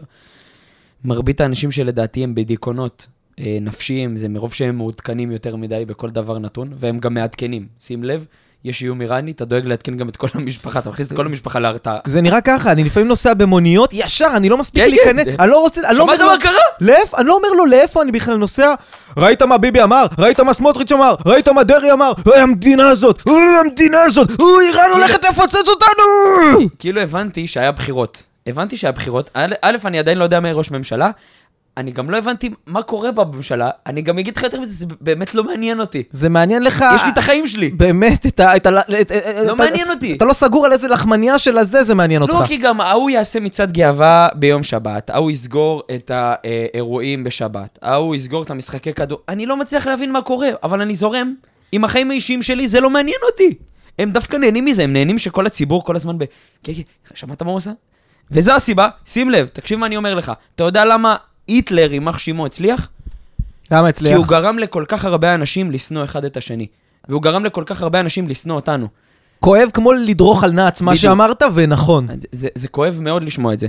Speaker 1: מרבית האנשים שלדעתי הם בדיכאונות אה, נפשיים, זה מרוב שהם מעודכנים יותר מדי בכל דבר נתון, והם גם מעדכנים. שים לב, יש איום איראני, אתה דואג להתקן גם את כל המשפחה, אתה מכניס את כל המשפחה להרתעה.
Speaker 2: זה נראה ככה, אני לפעמים נוסע במוניות, ישר, אני לא מספיק להיכנס, אני לא רוצה,
Speaker 1: שמעת מה קרה?
Speaker 2: לאיפה, אני לא אומר לו לאיפה אני בכלל נוסע, ראית מה ביבי אמר, ראית מה סמוטריץ' אמר, ראית מה דרי אמר, המדינה הזאת, המדינה הזאת, איראן הולכת לפוצץ אותנו!
Speaker 1: כאילו הבנתי שהיה בחירות, הבנתי שהיה בחירות, א', אני עדיין לא יודע מי ראש ממשלה, אני גם לא הבנתי מה קורה בממשלה, אני גם אגיד לך יותר מזה, זה באמת לא מעניין אותי.
Speaker 2: זה מעניין לך...
Speaker 1: יש לי את החיים שלי.
Speaker 2: באמת, את ה...
Speaker 1: לא מעניין אותי.
Speaker 2: אתה לא סגור על איזה לחמניה של הזה, זה מעניין אותך.
Speaker 1: לא, כי גם ההוא יעשה מצעד גאווה ביום שבת, ההוא יסגור את האירועים בשבת, ההוא יסגור את המשחקי כדור. אני לא מצליח להבין מה קורה, אבל אני זורם. עם החיים האישיים שלי, זה לא מעניין אותי. הם דווקא נהנים מזה, הם נהנים שכל הציבור כל הזמן ב... כן, כן, שמעת מה הוא עושה? וזו הסיבה, שים לב, תקשיב מה אני אומר לך. אתה יודע למה היטלר, יימח שמו, הצליח?
Speaker 2: למה הצליח?
Speaker 1: כי הוא גרם לכל כך הרבה אנשים לשנוא אחד את השני. והוא גרם לכל כך הרבה אנשים לשנוא אותנו.
Speaker 2: כואב כמו לדרוך על נעץ, מה שאמרת, ונכון.
Speaker 1: זה, זה, זה כואב מאוד לשמוע את זה.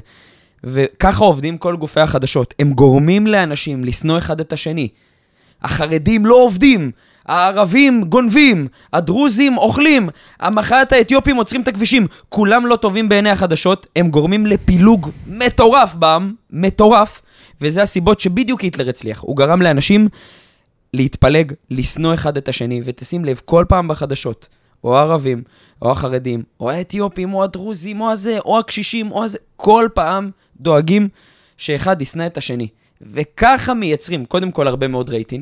Speaker 1: וככה עובדים כל גופי החדשות. הם גורמים לאנשים לשנוא אחד את השני. החרדים לא עובדים. הערבים גונבים. הדרוזים אוכלים. המחאת האתיופים עוצרים את הכבישים. כולם לא טובים בעיני החדשות. הם גורמים לפילוג מטורף בעם. מטורף. וזה הסיבות שבדיוק היטלר הצליח. הוא גרם לאנשים להתפלג, לשנוא אחד את השני, ותשים לב, כל פעם בחדשות, או הערבים, או החרדים, או האתיופים, או הדרוזים, או הזה, או הקשישים, או הזה, כל פעם דואגים שאחד ישנא את השני. וככה מייצרים, קודם כל, הרבה מאוד רייטינג,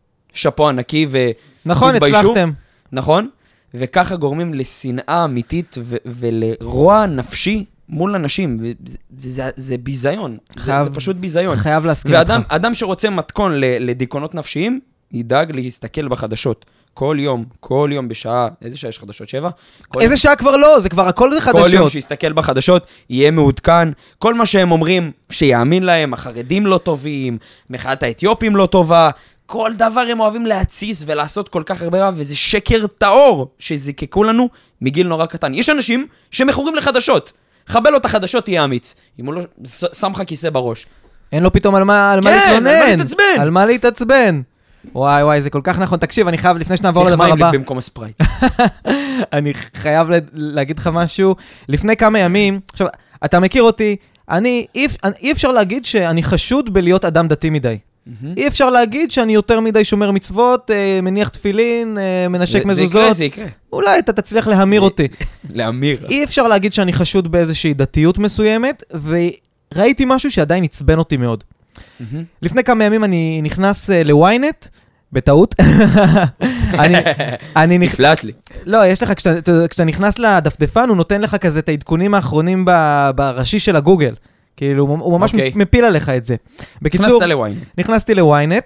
Speaker 1: שפו ענקי ותתביישו.
Speaker 2: נכון, הצלחתם.
Speaker 1: נכון, וככה גורמים לשנאה אמיתית ו- ולרוע נפשי, מול אנשים, וזה זה ביזיון, חייב, זה, זה פשוט ביזיון.
Speaker 2: חייב להסכים
Speaker 1: ואדם,
Speaker 2: אותך.
Speaker 1: אדם שרוצה מתכון לדיכאונות נפשיים, ידאג להסתכל בחדשות. כל יום, כל יום בשעה, איזה שעה יש חדשות? שבע?
Speaker 2: איזה
Speaker 1: יום,
Speaker 2: שעה כבר לא, זה כבר הכל זה חדשות.
Speaker 1: כל יום שיסתכל בחדשות, יהיה מעודכן. כל מה שהם אומרים, שיאמין להם, החרדים לא טובים, מחאת האתיופים לא טובה, כל דבר הם אוהבים להציס ולעשות כל כך הרבה רב, וזה שקר טהור שזיקקו לנו מגיל נורא קטן. יש אנשים שמכורים לחדשות. חבל לו את החדשות, תהיה אמיץ. אם הוא לא שם לך כיסא בראש.
Speaker 2: אין לו פתאום על מה, על
Speaker 1: כן,
Speaker 2: מה להתלונן.
Speaker 1: על מה להתעצבן.
Speaker 2: על מה להתעצבן. וואי וואי, זה כל כך נכון. תקשיב, אני חייב, לפני שנעבור לדבר הבא.
Speaker 1: צריך מים במקום הספרייט.
Speaker 2: אני חייב להגיד לך משהו. לפני כמה ימים, עכשיו, אתה מכיר אותי, אני, אי, אי אפשר להגיד שאני חשוד בלהיות אדם דתי מדי. אי אפשר להגיד שאני יותר מדי שומר מצוות, מניח תפילין, מנשק מזוזות.
Speaker 1: זה יקרה, זה יקרה.
Speaker 2: אולי אתה תצליח להמיר אותי.
Speaker 1: להמיר.
Speaker 2: אי אפשר להגיד שאני חשוד באיזושהי דתיות מסוימת, וראיתי משהו שעדיין עצבן אותי מאוד. לפני כמה ימים אני נכנס לוויינט, בטעות.
Speaker 1: נפלט לי.
Speaker 2: לא, יש לך, כשאתה נכנס לדפדפן, הוא נותן לך כזה את העדכונים האחרונים בראשי של הגוגל. כאילו, הוא ממש
Speaker 1: אוקיי.
Speaker 2: מפיל עליך את זה. בקיצור,
Speaker 1: נכנסת לוויינט.
Speaker 2: נכנסתי לוויינט,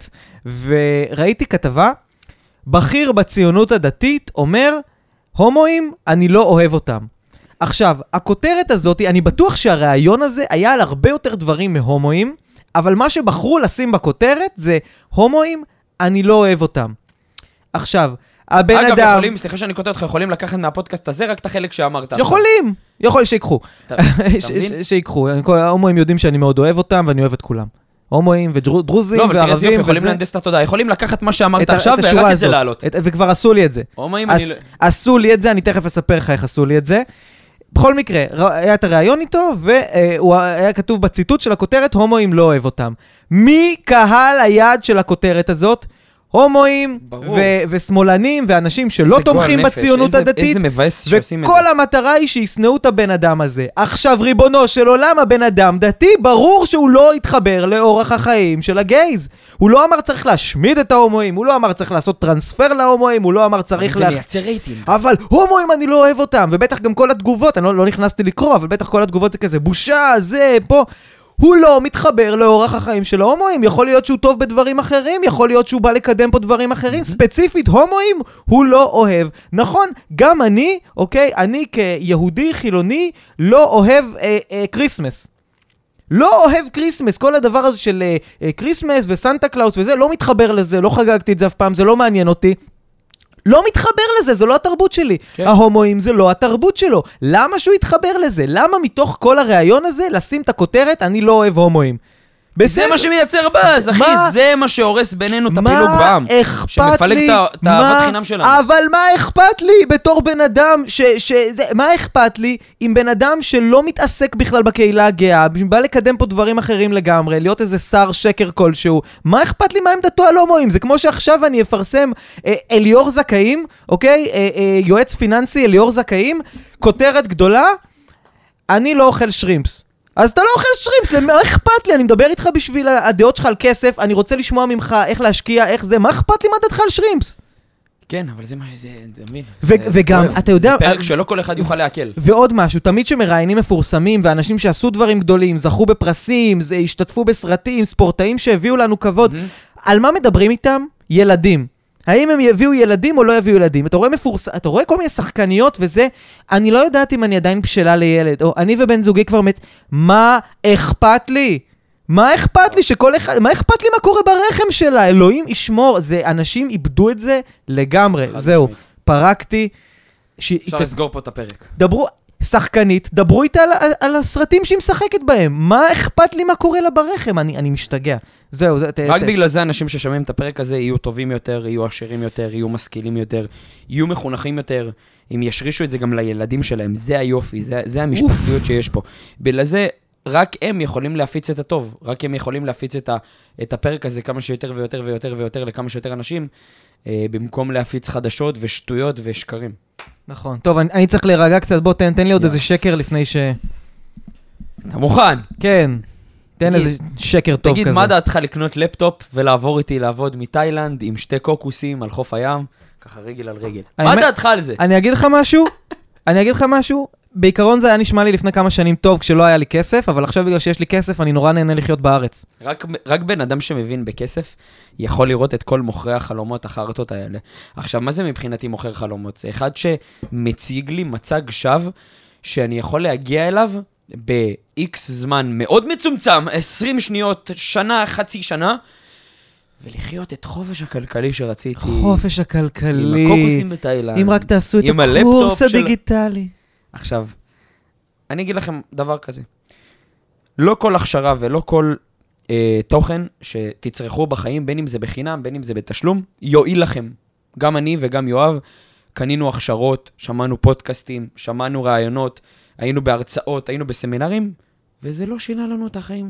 Speaker 2: וראיתי כתבה, בכיר בציונות הדתית אומר, הומואים, אני לא אוהב אותם. עכשיו, הכותרת הזאת, אני בטוח שהרעיון הזה היה על הרבה יותר דברים מהומואים, אבל מה שבחרו לשים בכותרת זה, הומואים, אני לא אוהב אותם. עכשיו, הבן
Speaker 1: אגב,
Speaker 2: אדם...
Speaker 1: יכולים, סליחה שאני כותב אותך, יכולים לקחת מהפודקאסט הזה רק את החלק שאמרת.
Speaker 2: יכולים, יכול שיקחו.
Speaker 1: אתה מבין?
Speaker 2: שיקחו. ההומואים יודעים שאני מאוד אוהב אותם, ואני אוהב את כולם. הומואים ודרוזים
Speaker 1: וערבים. לא, אבל תראה זיוף, יכולים
Speaker 2: וזה...
Speaker 1: להנדס את התודעה. יכולים לקחת מה שאמרת עכשיו, ורק את זה לעלות.
Speaker 2: וכבר עשו לי את זה.
Speaker 1: הומואים אני...
Speaker 2: עשו לי את זה, אני תכף אספר לך איך עשו לי את זה. בכל מקרה, היה את הרעיון איתו, והוא היה כתוב בציטוט של הכותרת, הומואים לא אוהב אותם. מי קהל היעד של הכותרת הזאת? הומואים ו- ושמאלנים ואנשים שלא תומכים בציונות
Speaker 1: איזה,
Speaker 2: הדתית,
Speaker 1: איזה מבאס שעושים את זה.
Speaker 2: וכל המטרה היא שיסנאו את הבן אדם הזה. עכשיו ריבונו של עולם, הבן אדם דתי, ברור שהוא לא יתחבר לאורח החיים של הגייז. הוא לא אמר צריך להשמיד את ההומואים, הוא לא אמר צריך לעשות טרנספר להומואים, הוא לא אמר צריך
Speaker 1: לה...
Speaker 2: לה...
Speaker 1: זה מייצר רייטינג.
Speaker 2: אבל הומואים אני לא אוהב אותם, ובטח גם כל התגובות, אני לא, לא נכנסתי לקרוא, אבל בטח כל התגובות זה כזה בושה, זה, פה... הוא לא מתחבר לאורח החיים של ההומואים, יכול להיות שהוא טוב בדברים אחרים, יכול להיות שהוא בא לקדם פה דברים אחרים, ספציפית הומואים הוא לא אוהב. נכון, גם אני, אוקיי, אני כיהודי חילוני לא אוהב אה, אה, קריסמס. לא אוהב קריסמס, כל הדבר הזה של אה, אה, קריסמס וסנטה קלאוס וזה, לא מתחבר לזה, לא חגגתי את זה אף פעם, זה לא מעניין אותי. לא מתחבר לזה, זה לא התרבות שלי. כן. ההומואים זה לא התרבות שלו. למה שהוא יתחבר לזה? למה מתוך כל הרעיון הזה לשים את הכותרת, אני לא אוהב הומואים?
Speaker 1: זה מה שמייצר באז, אחי, זה מה שהורס בינינו את הפילוג בעם.
Speaker 2: מה אכפת
Speaker 1: שמפלג
Speaker 2: לי?
Speaker 1: את האהבת חינם שלנו.
Speaker 2: אבל מה אכפת לי בתור בן אדם, מה אכפת לי עם בן אדם שלא מתעסק בכלל בקהילה הגאה, בא לקדם פה דברים אחרים לגמרי, להיות איזה שר שקר כלשהו, מה אכפת לי מה עמדתו על הומואים? זה כמו שעכשיו אני אפרסם אליאור זכאים, אוקיי? יועץ פיננסי אליאור זכאים, כותרת גדולה, אני לא אוכל שרימפס. אז אתה לא אוכל שרימפס, מה אכפת לי? אני מדבר איתך בשביל הדעות שלך על כסף, אני רוצה לשמוע ממך איך להשקיע, איך זה, מה אכפת לי מה דעתך על שרימפס?
Speaker 1: כן, אבל זה מה שזה, זה מבין.
Speaker 2: וגם, אתה יודע...
Speaker 1: זה פרק שלא כל אחד יוכל להקל.
Speaker 2: ועוד משהו, תמיד שמראיינים מפורסמים, ואנשים שעשו דברים גדולים, זכו בפרסים, השתתפו בסרטים, ספורטאים שהביאו לנו כבוד, על מה מדברים איתם? ילדים. האם הם יביאו ילדים או לא יביאו ילדים? אתה רואה מפורס... אתה רואה כל מיני שחקניות וזה, אני לא יודעת אם אני עדיין בשלה לילד, או אני ובן זוגי כבר מצ... מה אכפת לי? מה אכפת לי שכל אחד... מה אכפת לי מה קורה ברחם שלה? אלוהים ישמור, זה... אנשים איבדו את זה לגמרי. זהו, פרקתי. ש...
Speaker 1: אפשר לסגור פה את הפרק.
Speaker 2: דברו... שחקנית, דברו איתה על, על הסרטים שהיא משחקת בהם. מה אכפת לי מה קורה לה ברחם? אני, אני משתגע. זהו, זה...
Speaker 1: רק
Speaker 2: ת,
Speaker 1: בגלל זה אנשים ששומעים את הפרק הזה יהיו טובים יותר, יהיו עשירים יותר, יהיו משכילים יותר, יהיו מחונכים יותר, אם ישרישו את זה גם לילדים שלהם. זה היופי, זה, זה המשפטיות שיש פה. בגלל זה רק הם יכולים להפיץ את הטוב, רק הם יכולים להפיץ את, ה, את הפרק הזה כמה שיותר ויותר ויותר ויותר לכמה שיותר אנשים, אה, במקום להפיץ חדשות ושטויות ושקרים.
Speaker 2: נכון. טוב, אני, אני צריך להירגע קצת, בוא תן, תן לי עוד איזה שקר לפני ש...
Speaker 1: אתה מוכן?
Speaker 2: כן. תן איזה שקר טוב כזה.
Speaker 1: תגיד, מה דעתך לקנות לפטופ ולעבור איתי לעבוד מתאילנד עם שתי קוקוסים על חוף הים, ככה רגל על רגל? מה דעתך על זה?
Speaker 2: אני אגיד לך משהו, אני אגיד לך משהו, בעיקרון זה היה נשמע לי לפני כמה שנים טוב כשלא היה לי כסף, אבל עכשיו בגלל שיש לי כסף אני נורא נהנה לחיות בארץ.
Speaker 1: רק, רק בן אדם שמבין בכסף יכול לראות את כל מוכרי החלומות, החרטות האלה. עכשיו, מה זה מבחינתי מוכר חלומות? זה אחד שמציג לי מצג שווא שאני יכול להגיע אליו ב-X זמן מאוד מצומצם, עשרים שניות, שנה, חצי שנה, ולחיות את חופש הכלכלי שרציתי.
Speaker 2: חופש הכלכלי.
Speaker 1: עם הקוקוסים בתאילנד.
Speaker 2: אם רק תעשו את הקורס הדיגיטלי.
Speaker 1: עכשיו, אני אגיד לכם דבר כזה. לא כל הכשרה ולא כל אה, תוכן שתצרכו בחיים, בין אם זה בחינם, בין אם זה בתשלום, יועיל לכם. גם אני וגם יואב קנינו הכשרות, שמענו פודקאסטים, שמענו רעיונות, היינו בהרצאות, היינו בסמינרים, וזה לא שינה לנו את החיים.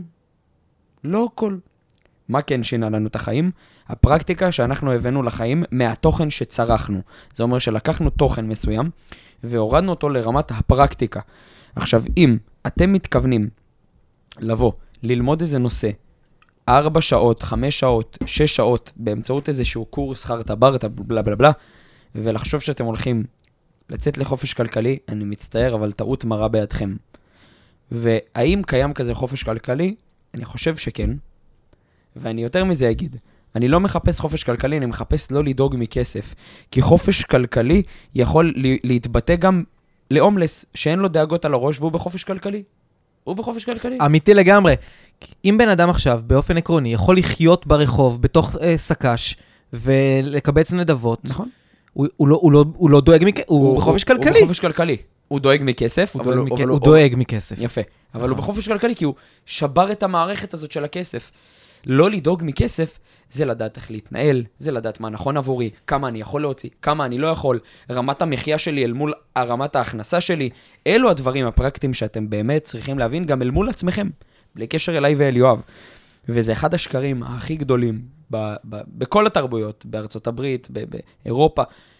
Speaker 1: לא כל. מה כן שינה לנו את החיים? הפרקטיקה שאנחנו הבאנו לחיים מהתוכן שצרכנו. זה אומר שלקחנו תוכן מסוים, והורדנו אותו לרמת הפרקטיקה. עכשיו, אם אתם מתכוונים לבוא, ללמוד איזה נושא, ארבע שעות, חמש שעות, שש שעות, באמצעות איזשהו קורס חרטה ברטה, בלה בלה בלה, ולחשוב שאתם הולכים לצאת לחופש כלכלי, אני מצטער, אבל טעות מרה בידכם. והאם קיים כזה חופש כלכלי? אני חושב שכן, ואני יותר מזה אגיד, אני לא מחפש חופש כלכלי, אני מחפש לא לדאוג מכסף, כי חופש כלכלי יכול להתבטא גם לאומלס, שאין לו דאגות על הראש, והוא בחופש כלכלי. הוא בחופש כלכלי.
Speaker 2: אמיתי לגמרי. אם בן אדם עכשיו, באופן עקרוני, יכול לחיות ברחוב, בתוך אה, סקש, ולקבץ נדבות,
Speaker 1: נכון.
Speaker 2: הוא, הוא, לא, הוא, לא, הוא לא דואג מכסף, הוא, הוא בחופש כלכלי.
Speaker 1: הוא בחופש כלכלי. הוא דואג מכסף,
Speaker 2: הוא
Speaker 1: אבל
Speaker 2: דואג,
Speaker 1: הוא,
Speaker 2: מכ...
Speaker 1: אבל
Speaker 2: הוא
Speaker 1: הוא
Speaker 2: דואג מכסף.
Speaker 1: יפה. אבל
Speaker 2: נכון.
Speaker 1: הוא בחופש כלכלי, כי הוא שבר את המערכת הזאת של הכסף. לא לדאוג מכסף, זה לדעת איך להתנהל, זה לדעת מה נכון עבורי, כמה אני יכול להוציא, כמה אני לא יכול, רמת המחיה שלי אל מול רמת ההכנסה שלי. אלו הדברים הפרקטיים שאתם באמת צריכים להבין גם אל מול עצמכם, בלי קשר אליי ואל יואב. וזה אחד השקרים הכי גדולים ב- ב- בכל התרבויות, בארצות הברית, ב- באירופה,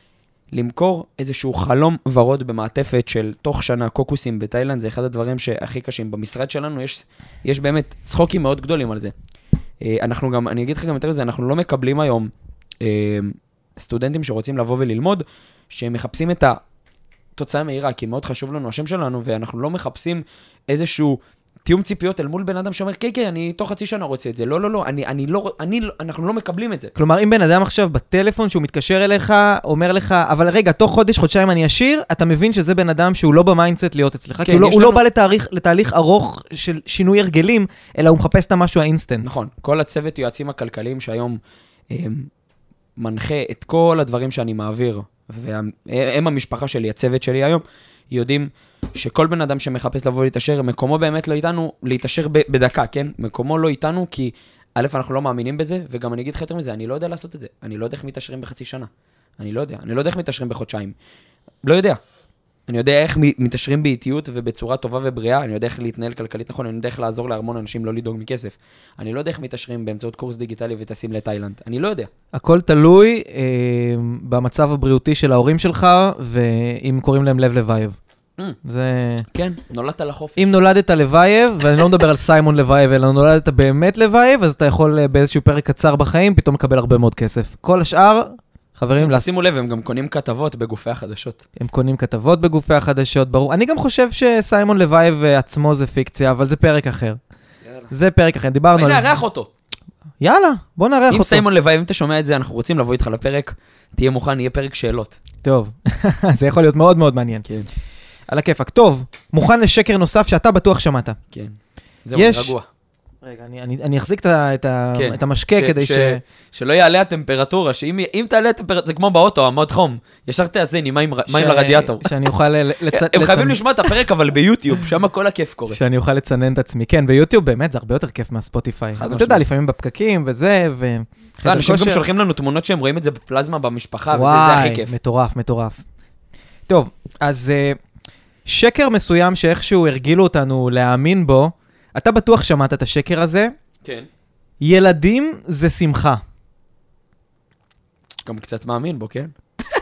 Speaker 1: למכור איזשהו חלום ורוד במעטפת של תוך שנה קוקוסים בתאילנד, זה אחד הדברים שהכי קשים. במשרד שלנו יש, יש באמת צחוקים מאוד גדולים על זה. אנחנו גם, אני אגיד לך גם יותר לזה, אנחנו לא מקבלים היום סטודנטים שרוצים לבוא וללמוד, שהם מחפשים את התוצאה המהירה, כי מאוד חשוב לנו השם שלנו, ואנחנו לא מחפשים איזשהו תיאום ציפיות אל מול בן אדם שאומר, כן, כן, אני תוך חצי שנה רוצה את זה. לא, לא, לא, אני, אני לא, אני, אנחנו לא מקבלים את זה.
Speaker 2: כלומר, אם בן אדם עכשיו בטלפון שהוא מתקשר אליך, אומר לך, אבל רגע, תוך חודש, חודשיים אני אשיר, אתה מבין שזה בן אדם שהוא לא במיינדסט להיות אצלך, כן, כי הוא, לא, הוא לנו... לא בא לתאריך, לתהליך ארוך של שינוי הרגלים, אלא הוא מחפש את המשהו האינסטנט.
Speaker 1: נכון. כל הצוות יועצים הכלכליים שהיום הם, מנחה את כל הדברים שאני מעביר, והם המשפחה שלי, הצוות שלי היום, יודעים שכל בן אדם שמחפש לבוא להתאשר, מקומו באמת לא איתנו, להתאשר בדקה, כן? מקומו לא איתנו, כי א', אנחנו לא מאמינים בזה, וגם אני אגיד לך יותר מזה, אני לא יודע לעשות את זה. אני לא יודע איך מתאשרים בחצי שנה. אני לא יודע. אני לא יודע איך מתאשרים בחודשיים. לא יודע. אני יודע איך מתאשרים באיטיות ובצורה טובה ובריאה, אני יודע איך להתנהל כלכלית נכון, אני יודע איך לעזור להרמון אנשים לא לדאוג מכסף. אני לא יודע איך מתאשרים באמצעות קורס דיגיטלי וטסים לתאילנד. אני לא יודע.
Speaker 2: הכל תלוי אה, במצב הבריאותי של ההורים שלך, ואם קוראים להם לב לבייב. זה...
Speaker 1: כן, נולדת לחופש.
Speaker 2: אם נולדת לבייב, ואני לא מדבר על סיימון לבייב, אלא נולדת באמת לבייב, אז אתה יכול באיזשהו פרק קצר בחיים, פתאום לקבל הרבה מאוד כסף. כל השאר, חברים...
Speaker 1: שימו לב, הם גם קונים כתבות בגופי החדשות.
Speaker 2: הם קונים כתבות בגופי החדשות, ברור. אני גם חושב שסיימון לבייב עצמו זה פיקציה, אבל זה פרק אחר. זה פרק אחר, דיברנו על...
Speaker 1: הנה, נארח אותו.
Speaker 2: יאללה, בוא נארח אותו.
Speaker 1: אם סיימון לבייב, אם אתה שומע את זה, אנחנו רוצים לבוא איתך לפרק, תהיה מוכן, יהיה פרק שאלות.
Speaker 2: טוב, זה יכול להיות מאוד מאוד מעניין.
Speaker 1: כן.
Speaker 2: על הכיפק. טוב, מוכן לשקר נוסף שאתה בטוח שמעת.
Speaker 1: כן. זהו, אני רגוע.
Speaker 2: רגע, אני, אני, אני אחזיק את, את, כן. את המשקה ש, כדי ש... ש...
Speaker 1: שלא יעלה הטמפרטורה, שאם אם תעלה הטמפרטורה, זה כמו באוטו, המוד חום. ישר תאזן עם מים, ש... מים לרדיאטור.
Speaker 2: שאני אוכל לצ...
Speaker 1: הם לצנ... חייבים לשמוע את הפרק, אבל ביוטיוב, שם כל הכיף קורה.
Speaker 2: שאני אוכל לצנן את עצמי. כן, ביוטיוב באמת זה הרבה יותר כיף מהספוטיפיי. אבל אתה יודע, לפעמים בפקקים וזה, ו...
Speaker 1: לא, אנשים גם שולחים לנו תמונות שהם רואים את זה בפלזמה במשפחה, וזה זה הכי כיף.
Speaker 2: מטורף, מטורף. טוב, אז... שקר מסוים שאיכשהו הרגילו אותנו להאמין בו, אתה בטוח שמעת את השקר הזה?
Speaker 1: כן.
Speaker 2: ילדים זה שמחה.
Speaker 1: גם קצת מאמין בו, כן?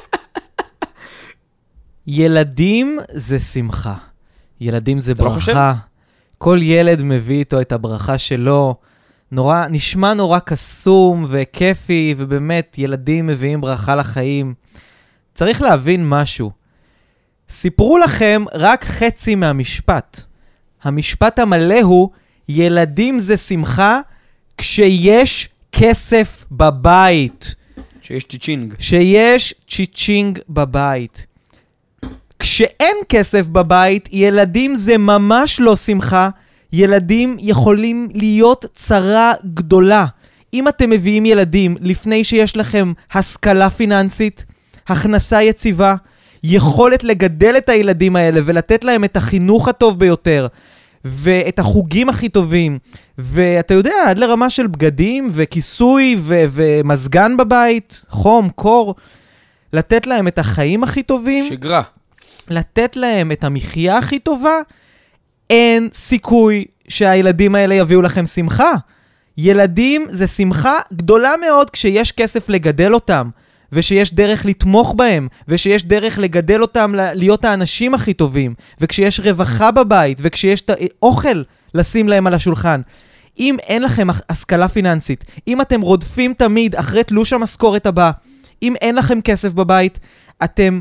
Speaker 2: ילדים זה שמחה. ילדים זה ברכה.
Speaker 1: לא חושב?
Speaker 2: כל ילד מביא איתו את הברכה שלו. נורא, נשמע נורא קסום וכיפי, ובאמת ילדים מביאים ברכה לחיים. צריך להבין משהו. סיפרו לכם רק חצי מהמשפט. המשפט המלא הוא, ילדים זה שמחה כשיש כסף בבית.
Speaker 1: שיש צ'יצ'ינג.
Speaker 2: שיש צ'יצ'ינג בבית. כשאין כסף בבית, ילדים זה ממש לא שמחה. ילדים יכולים להיות צרה גדולה. אם אתם מביאים ילדים לפני שיש לכם השכלה פיננסית, הכנסה יציבה, יכולת לגדל את הילדים האלה ולתת להם את החינוך הטוב ביותר, ואת החוגים הכי טובים, ואתה יודע, עד לרמה של בגדים וכיסוי ו- ומזגן בבית, חום, קור, לתת להם את החיים הכי טובים,
Speaker 1: שגרה.
Speaker 2: לתת להם את המחיה הכי טובה, אין סיכוי שהילדים האלה יביאו לכם שמחה. ילדים זה שמחה גדולה מאוד כשיש כסף לגדל אותם, ושיש דרך לתמוך בהם, ושיש דרך לגדל אותם להיות האנשים הכי טובים, וכשיש רווחה בבית, וכשיש אוכל לשים להם על השולחן. אם אין לכם השכלה פיננסית, אם אתם רודפים תמיד אחרי תלוש המשכורת הבא, אם אין לכם כסף בבית, אתם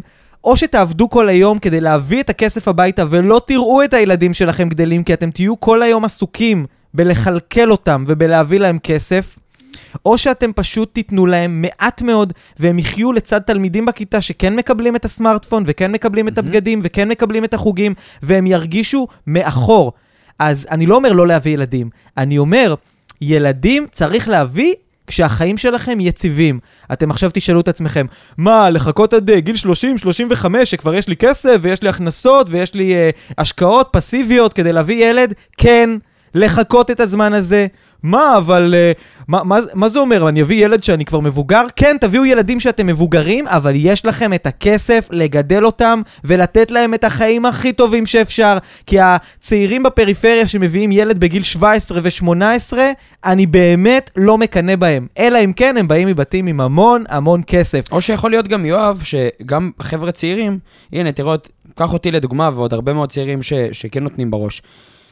Speaker 2: או שתעבדו כל היום כדי להביא את הכסף הביתה, ולא תראו את הילדים שלכם גדלים, כי אתם תהיו כל היום עסוקים בלחלקל אותם ובלהביא להם כסף, או שאתם פשוט תיתנו להם מעט מאוד, והם יחיו לצד תלמידים בכיתה שכן מקבלים את הסמארטפון, וכן מקבלים את הבגדים, וכן מקבלים את החוגים, והם ירגישו מאחור. אז אני לא אומר לא להביא ילדים, אני אומר, ילדים צריך להביא כשהחיים שלכם יציבים. אתם עכשיו תשאלו את עצמכם, מה, לחכות עד גיל שלושים שלושים וחמש, שכבר יש לי כסף, ויש לי הכנסות, ויש לי uh, השקעות פסיביות כדי להביא ילד? כן, לחכות את הזמן הזה. מה, אבל, uh, מה, מה, מה זה אומר? אני אביא ילד שאני כבר מבוגר? כן, תביאו ילדים שאתם מבוגרים, אבל יש לכם את הכסף לגדל אותם, ולתת להם את החיים הכי טובים שאפשר, כי הצעירים בפריפריה שמביאים ילד בגיל שבע עשרה ו-שמונה עשרה, אני באמת לא מקנה בהם. אלא אם כן, הם באים מבתים עם המון המון כסף.
Speaker 1: או שיכול להיות גם יואב, שגם חבר'ה צעירים, הנה, תראו, קח אותי לדוגמה, ועוד הרבה מאוד צעירים ש, שכן נותנים בראש.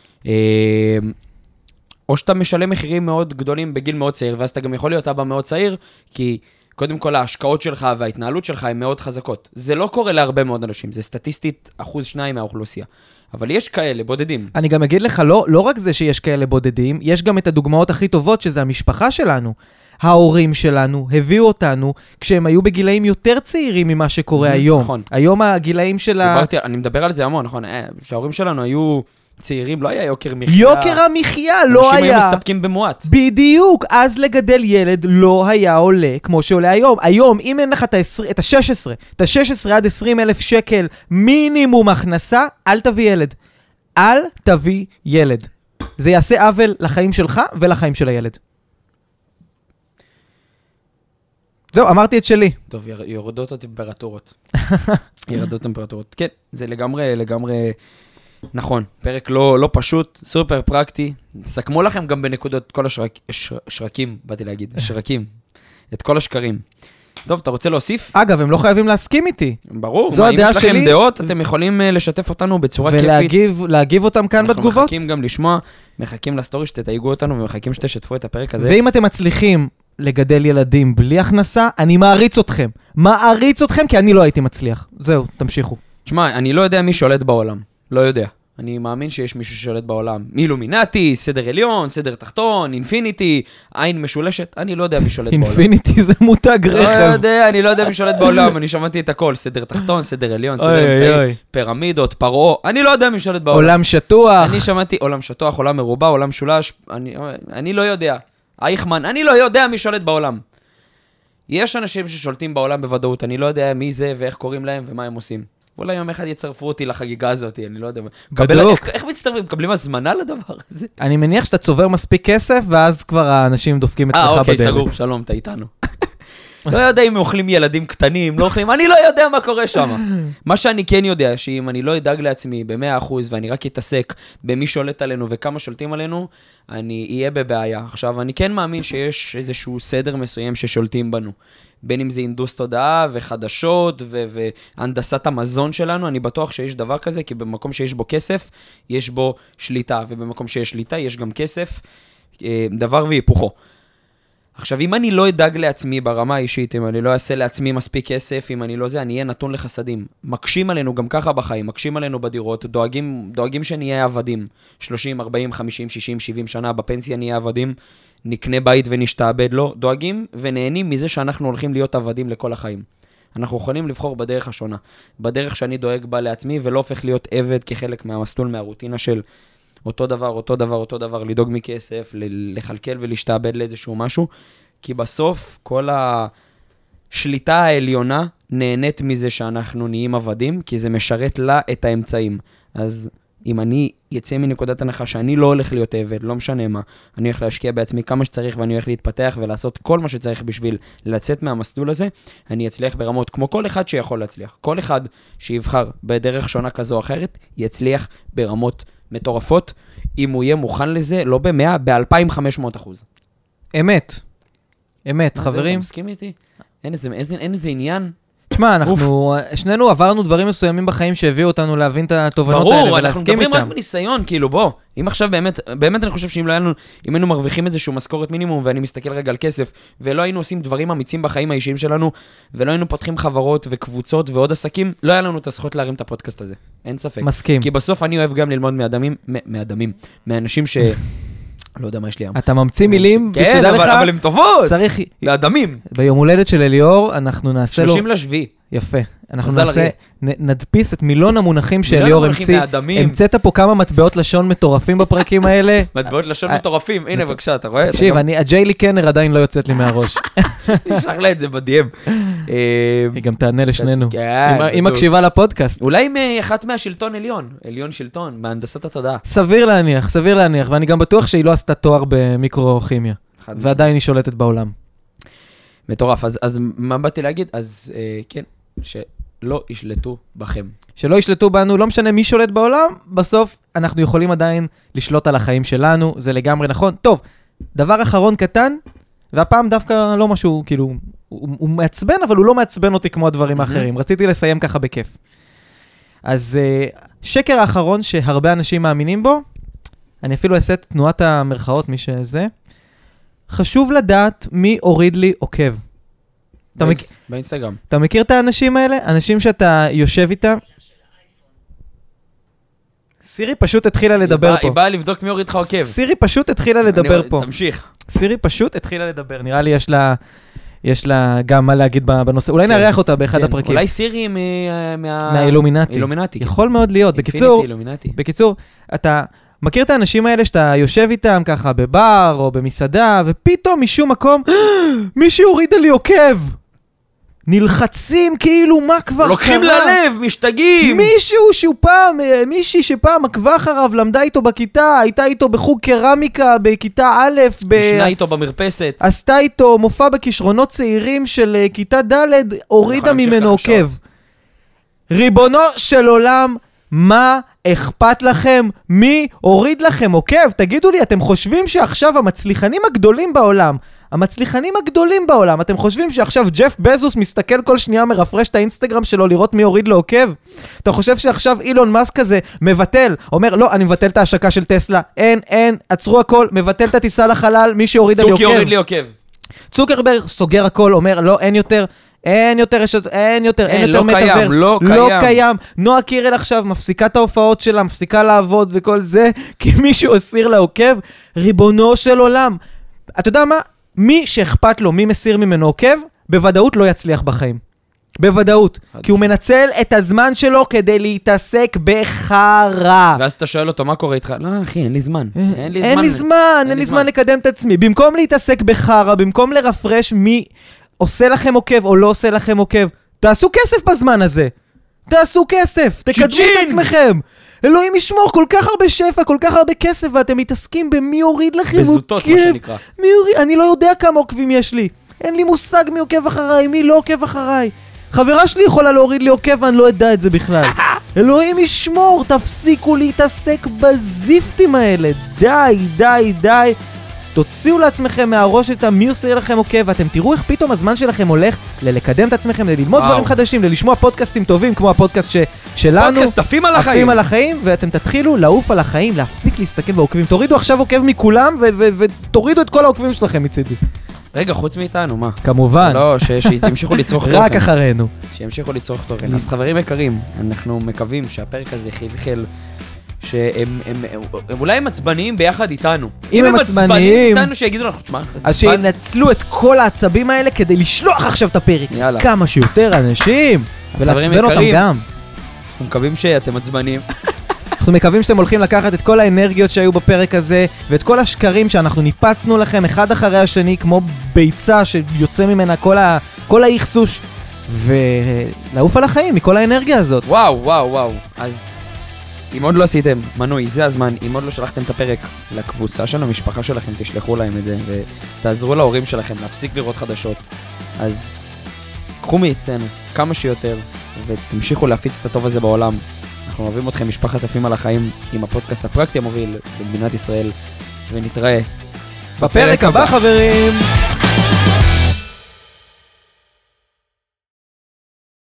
Speaker 1: או שאתה משלם מחירים מאוד גדולים בגיל מאוד צעיר, ואז אתה גם יכול להיות אבא מאוד צעיר, כי קודם כל ההשקעות שלך וההתנהלות שלך הן מאוד חזקות. זה לא קורה להרבה מאוד אנשים, זה סטטיסטית אחוז שניים מהאוכלוסייה. אבל יש כאלה בודדים.
Speaker 2: אני גם אגיד לך, לא, לא רק זה שיש כאלה בודדים, יש גם את הדוגמאות הכי טובות, שזה המשפחה שלנו. ההורים שלנו הביאו אותנו כשהם היו בגילאים יותר צעירים ממה שקורה היום.
Speaker 1: נכון.
Speaker 2: היום הגילאים של ה...
Speaker 1: דיברתי, אני מדבר על זה המון, נכון? שההורים שלנו היו צעירים, לא היה יוקר מחיה.
Speaker 2: יוקר המחיה לא היה.
Speaker 1: אנשים היו מסתפקים במועט.
Speaker 2: בדיוק. אז לגדל ילד לא היה עולה כמו שעולה היום. היום, אם אין לך את ה-שש עשרה, את ה-שש עשרה עד עשרים אלף שקל מינימום הכנסה, אל תביא ילד. אל תביא ילד. זה יעשה עוול לחיים שלך ולחיים של הילד. זהו, אמרתי את שלי.
Speaker 1: טוב, יורדות הטמפרטורות. ירדות הטמפרטורות. כן, זה לגמרי, לגמרי נכון. פרק לא, לא פשוט, סופר פרקטי. סכמו לכם גם בנקודות כל השרק, שר, שרקים, באתי להגיד, השרקים. את כל השקרים. טוב, אתה רוצה להוסיף?
Speaker 2: אגב, הם לא חייבים להסכים איתי.
Speaker 1: ברור. זו הדעה שלי. אם יש לכם דעות, אתם יכולים לשתף אותנו בצורה כיפית.
Speaker 2: ולהגיב, להגיב אותם כאן בתגובות.
Speaker 1: אנחנו מחכים גם לשמוע, מחכים לסטורי שתתייגו אותנו, ומחכים שתשתפו את הפרק הזה.
Speaker 2: ואם אתם מצליחים לגדל ילדים בלי הכנסה, אני מעריץ אתכם. מעריץ אתכם, כי אני לא הייתי מצליח. זהו, תמשיכו.
Speaker 1: תשמע, אני לא יודע מי שולט בעולם. לא יודע. אני מאמין שיש מישהו ששולט בעולם. אילומינטי, סדר עליון, סדר תחתון, אינפיניטי, עין משולשת. אני לא יודע מי שולט בעולם.
Speaker 2: אינפיניטי זה מותג רכב.
Speaker 1: לא יודע, אני לא יודע מי שולט בעולם. אני שמעתי את הכל. סדר תחתון, סדר עליון, סדר אמצעי, פירמידות, פרעה. אני לא יודע מי שולט בעולם.
Speaker 2: עולם שטוח.
Speaker 1: אני שמעתי עולם שטוח, עולם מרובע, עולם שולש. אני, אני לא יודע. אייכמן, אני לא יודע מי שולט בעולם. יש אנשים ששולטים בעולם בוודאות. אני לא יודע מי זה ואיך קוראים להם ומה הם עושים. אולי יום אחד יצרפו אותי לחגיגה הזאת, אני לא יודע.
Speaker 2: בדיוק.
Speaker 1: איך מצטרפים? מקבלים הזמנה לדבר הזה?
Speaker 2: אני מניח שאתה צובר מספיק כסף, ואז כבר האנשים דופקים אצלך בדרך.
Speaker 1: אה, אוקיי, סגור, שלום, אתה איתנו. לא יודע אם אוכלים ילדים קטנים, לא אוכלים, אני לא יודע מה קורה שם. מה שאני כן יודע, שאם אני לא אדאג לעצמי ב-מאה אחוז, ואני רק אתעסק במי שולט עלינו וכמה שולטים עלינו, אני אהיה בבעיה. עכשיו, אני כן מאמין שיש איזשהו סדר מסוים ששולטים בנו. בין אם זה אינדוס תודעה וחדשות ו- והנדסת המזון שלנו, אני בטוח שיש דבר כזה, כי במקום שיש בו כסף, יש בו שליטה, ובמקום שיש שליטה, יש גם כסף, דבר והיפוכו. עכשיו, אם אני לא אדאג לעצמי ברמה האישית, אם אני לא אעשה לעצמי מספיק כסף, אם אני לא זה, אני אהיה נתון לחסדים. מקשים עלינו גם ככה בחיים, מקשים עלינו בדירות, דואגים, דואגים שנהיה עבדים, שלושים, ארבעים, חמישים, שישים, שבעים שנה, בפנסיה נהיה עבדים, נקנה בית ונשתעבד לו, דואגים ונהנים מזה שאנחנו הולכים להיות עבדים לכל החיים. אנחנו יכולים לבחור בדרך השונה, בדרך שאני דואג בה לעצמי, ולא הופך להיות עבד כחלק מהמסלול, מהרוטינה של אותו דבר, אותו דבר, אותו דבר, לדאוג מכסף, לחלקל ולהשתעבד לאיזשהו משהו, כי בסוף כל השליטה העליונה נהנית מזה שאנחנו נהיים עבדים, כי זה משרת לה את האמצעים. אז אם אני יצא מנקודת הנחה שאני לא הולך להיות עבד, לא משנה מה, אני הולך להשקיע בעצמי כמה שצריך, ואני הולך להתפתח ולעשות כל מה שצריך בשביל לצאת מהמסלול הזה, אני אצליח ברמות כמו כל אחד שיכול להצליח. כל אחד שיבחר בדרך שונה כזו או אחרת, יצליח ברמות מטורפות, אם הוא יהיה מוכן לזה, לא ב-מאה, ב-אלפיים וחמש מאות אחוז.
Speaker 2: אמת. אמת, חברים.
Speaker 1: אתה מסכים איתי? אין איזה, אין איזה עניין?
Speaker 2: תשמע, אנחנו, שנינו עברנו דברים מסוימים בחיים שהביאו אותנו להבין את התובנות האלה
Speaker 1: ברור, אנחנו
Speaker 2: ולהסכים
Speaker 1: מדברים
Speaker 2: איתם.
Speaker 1: רק בניסיון, כאילו בוא, אם עכשיו באמת, באמת אני חושב שאם לא היינו, אם היינו מרוויחים איזשהו משכורת מינימום, ואני מסתכל רגע על כסף, ולא היינו עושים דברים אמיצים בחיים האישיים שלנו, ולא היינו פותחים חברות וקבוצות ועוד עסקים, לא היה לנו את הזכות להרים את הפודקאסט הזה. אין ספק.
Speaker 2: מסכים.
Speaker 1: כי בסוף אני אוהב גם ללמוד מאדמים, מאדמים, מאנשים ש... לא יודע מה יש לי ים.
Speaker 2: אתה ממציא מילים,
Speaker 1: כן, אבל הם טובות.
Speaker 2: צריך...
Speaker 1: לאדמים.
Speaker 2: ביום הולדת של אליאור, אנחנו נעשה לו...
Speaker 1: שלושים לשביעי.
Speaker 2: יפה. אנחנו נעשה, נדפיס את מילון המונחים של אליאור המציא.
Speaker 1: מילון המונחים מאדמים.
Speaker 2: המצאת פה כמה מטבעות לשון מטורפים בפרקים האלה.
Speaker 1: מטבעות לשון מטורפים. הנה, בבקשה, אתה רואה?
Speaker 2: תקשיב, הג'יילי קנר עדיין לא יוצאת לי מהראש.
Speaker 1: נשלח לה את זה בדי-אם.
Speaker 2: היא גם תענה לשנינו. היא מקשיבה לפודקאסט.
Speaker 1: אולי מאחת מהשלטון עליון. עליון שלטון, מהנדסת התודעה.
Speaker 2: סביר להניח, סביר להניח. ואני גם בטוח שהיא לא עשתה תואר במיקרוכימיה. ועדיין היא שולטת בעולם.
Speaker 1: מטורף. אז מה באתי להגיד? אז כן, שלא ישלטו בכם.
Speaker 2: שלא ישלטו בנו, לא משנה מי שולט בעולם, בסוף אנחנו יכולים עדיין לשלוט על החיים שלנו, זה לגמרי נכון. טוב, דבר אחרון קטן, והפעם דווקא לא משהו, כאילו, הוא, הוא מעצבן, אבל הוא לא מעצבן אותי כמו הדברים האחרים. רציתי לסיים ככה בכיף. אז שקר האחרון שהרבה אנשים מאמינים בו, אני אפילו אעשה את תנועת המרכאות, מי שזה, חשוב לדעת מי הוריד לי עוקב.
Speaker 1: באינסטגרם.
Speaker 2: אתה מכיר את האנשים האלה? אנשים שאתה יושב איתם? סירי פשוט התחילה לדבר פה.
Speaker 1: היא באה לבדוק מי הוריד לך עוקב.
Speaker 2: סירי פשוט התחילה לדבר פה.
Speaker 1: תמשיך.
Speaker 2: סירי פשוט התחילה לדבר. נראה לי יש לה... יש לה גם מה להגיד בנושא. אולי נארח אותה באחד הפרקים.
Speaker 1: אולי סירי
Speaker 2: מהאילומינטי. יכול מאוד להיות. בקיצור, בקיצור, אתה מכיר את האנשים האלה שאתה יושב איתם ככה בבר או במסעדה, ופתאום משום מקום, מישהו הורידה לי עוקב. נלחצים כאילו מה כבר קרה.
Speaker 1: לוקחים ללב, משתגעים.
Speaker 2: מישהו שהוא פעם, מישהי שפעם עקבה אחריו, למדה איתו בכיתה, הייתה איתו בחוג קרמיקה בכיתה א',
Speaker 1: ישנה איתו במרפסת.
Speaker 2: עשתה איתו מופע בכישרונות צעירים של כיתה ד', הורידה ממנו עוקב. ריבונו של עולם, מה אכפת לכם? מי הוריד לכם עוקב? תגידו לי, אתם חושבים שעכשיו המצליחנים הגדולים בעולם, המצליחנים הגדולים בעולם, אתם חושבים שעכשיו ג'ף בזוס מסתכל כל שנייה מרפרש את האינסטגרם שלו לראות מי הוריד לו עוקב? אתה חושב שעכשיו אילון מאסק כזה מבטל, אומר לא, אני מבטל את ההשקה של טסלה, אין, אין, עצרו הכל, מבטל את הטיסה לחלל, מי שהוריד לי עוקב.
Speaker 1: צוקי הוריד לי עוקב.
Speaker 2: צוקרברג סוגר הכל, אומר לא, אין יותר, אין יותר, אין יותר, אין יותר מטאברס, לא קיים. נועה קירל עכשיו מפסיקה את ההופעות שלה, מפסיקה לעבוד וכל זה, כי מישהו הסיר לה עוקב, ריבונו של עולם. אתה יודע מה? מי שאכפת לו, מי מסיר ממנו עוקב, בוודאות לא יצליח בחיים. בוודאות. כי הוא מנצל את הזמן שלו כדי להתעסק בחרה.
Speaker 1: ואז אתה שואל אותו, מה קורה איתך? לא, אחי, אין לי זמן.
Speaker 2: אין לי זמן. אין לי זמן, אין לי זמן לקדם את עצמי. במקום להתעסק בחרה, במקום לרפרש מי עושה לכם עוקב או לא עושה לכם עוקב, תעשו כסף בזמן הזה. תעשו כסף. תקדמו את עצמכם. אלוהים ישמור, כל כך הרבה שפע, כל כך הרבה כסף, ואתם מתעסקים במי הוריד לכם עוקב.
Speaker 1: בזוטות, מה שנקרא.
Speaker 2: מי הוריד? אני לא יודע כמה עוקבים יש לי. אין לי מושג מי עוקב אחריי, מי לא עוקב אחריי. חברה שלי יכולה להוריד לי עוקב, ואני לא יודע את זה בכלל. אלוהים ישמור, תפסיקו להתעסק בזיפטים האלה. די, די, די. תוציאו לעצמכם מהראש את מי עושה לכם עוקב, ואתם תראו איך פתאום הזמן שלכם הולך ללקדם את עצמכם, ללמוד דברים חדשים, ללשמוע פודקאסטים טובים, כמו הפודקאסט שלנו.
Speaker 1: פודקאסט עפים על החיים.
Speaker 2: עפים על החיים, ואתם תתחילו לעוף על החיים, להפסיק להסתכל בעוקבים. תורידו עכשיו עוקב מכולם, ותורידו את כל העוקבים שלכם מצידי.
Speaker 1: רגע, חוץ מאיתנו, מה?
Speaker 2: כמובן.
Speaker 1: לא, שימשיכו לצרוך תוכן.
Speaker 2: רק אחרינו.
Speaker 1: שימשיכו לצרוך תוכן. אז חברים יקרים, אנחנו מקווים שהפרק הזה חלחל שהם הם, הם, הם אולי הם עצבניים ביחד איתנו.
Speaker 2: אם הם עצבניים
Speaker 1: איתנו שיגידו לך, תשמע,
Speaker 2: אז שינצלו את כל העצבים האלה כדי לשלוח עכשיו את הפרק.
Speaker 1: יאללה.
Speaker 2: כמה שיותר אנשים, ולעצבן אותם גם.
Speaker 1: אנחנו מקווים שאתם עצבניים.
Speaker 2: אנחנו מקווים שאתם הולכים לקחת את כל האנרגיות שהיו בפרק הזה, ואת כל השקרים שאנחנו ניפצנו לכם אחד אחרי השני, כמו ביצה שיוצא ממנה כל, ה... כל האיכסוש, ולעוף על החיים מכל האנרגיה הזאת.
Speaker 1: וואו, וואו, וואו. אז אם עוד לא עשיתם מנוי, זה הזמן. אם עוד לא שלחתם את הפרק לקבוצה של המשפחה שלכם, תשלחו להם את זה, ותעזרו להורים שלכם להפסיק לראות חדשות. אז קחו מאיתנו כמה שיותר, ותמשיכו להפיץ את הטוב הזה בעולם. אנחנו אוהבים אתכם, משפחת עפים על החיים, עם הפודקאסט הפרקטי המוביל במדינת ישראל, ונתראה
Speaker 2: בפרק הבא, חברים.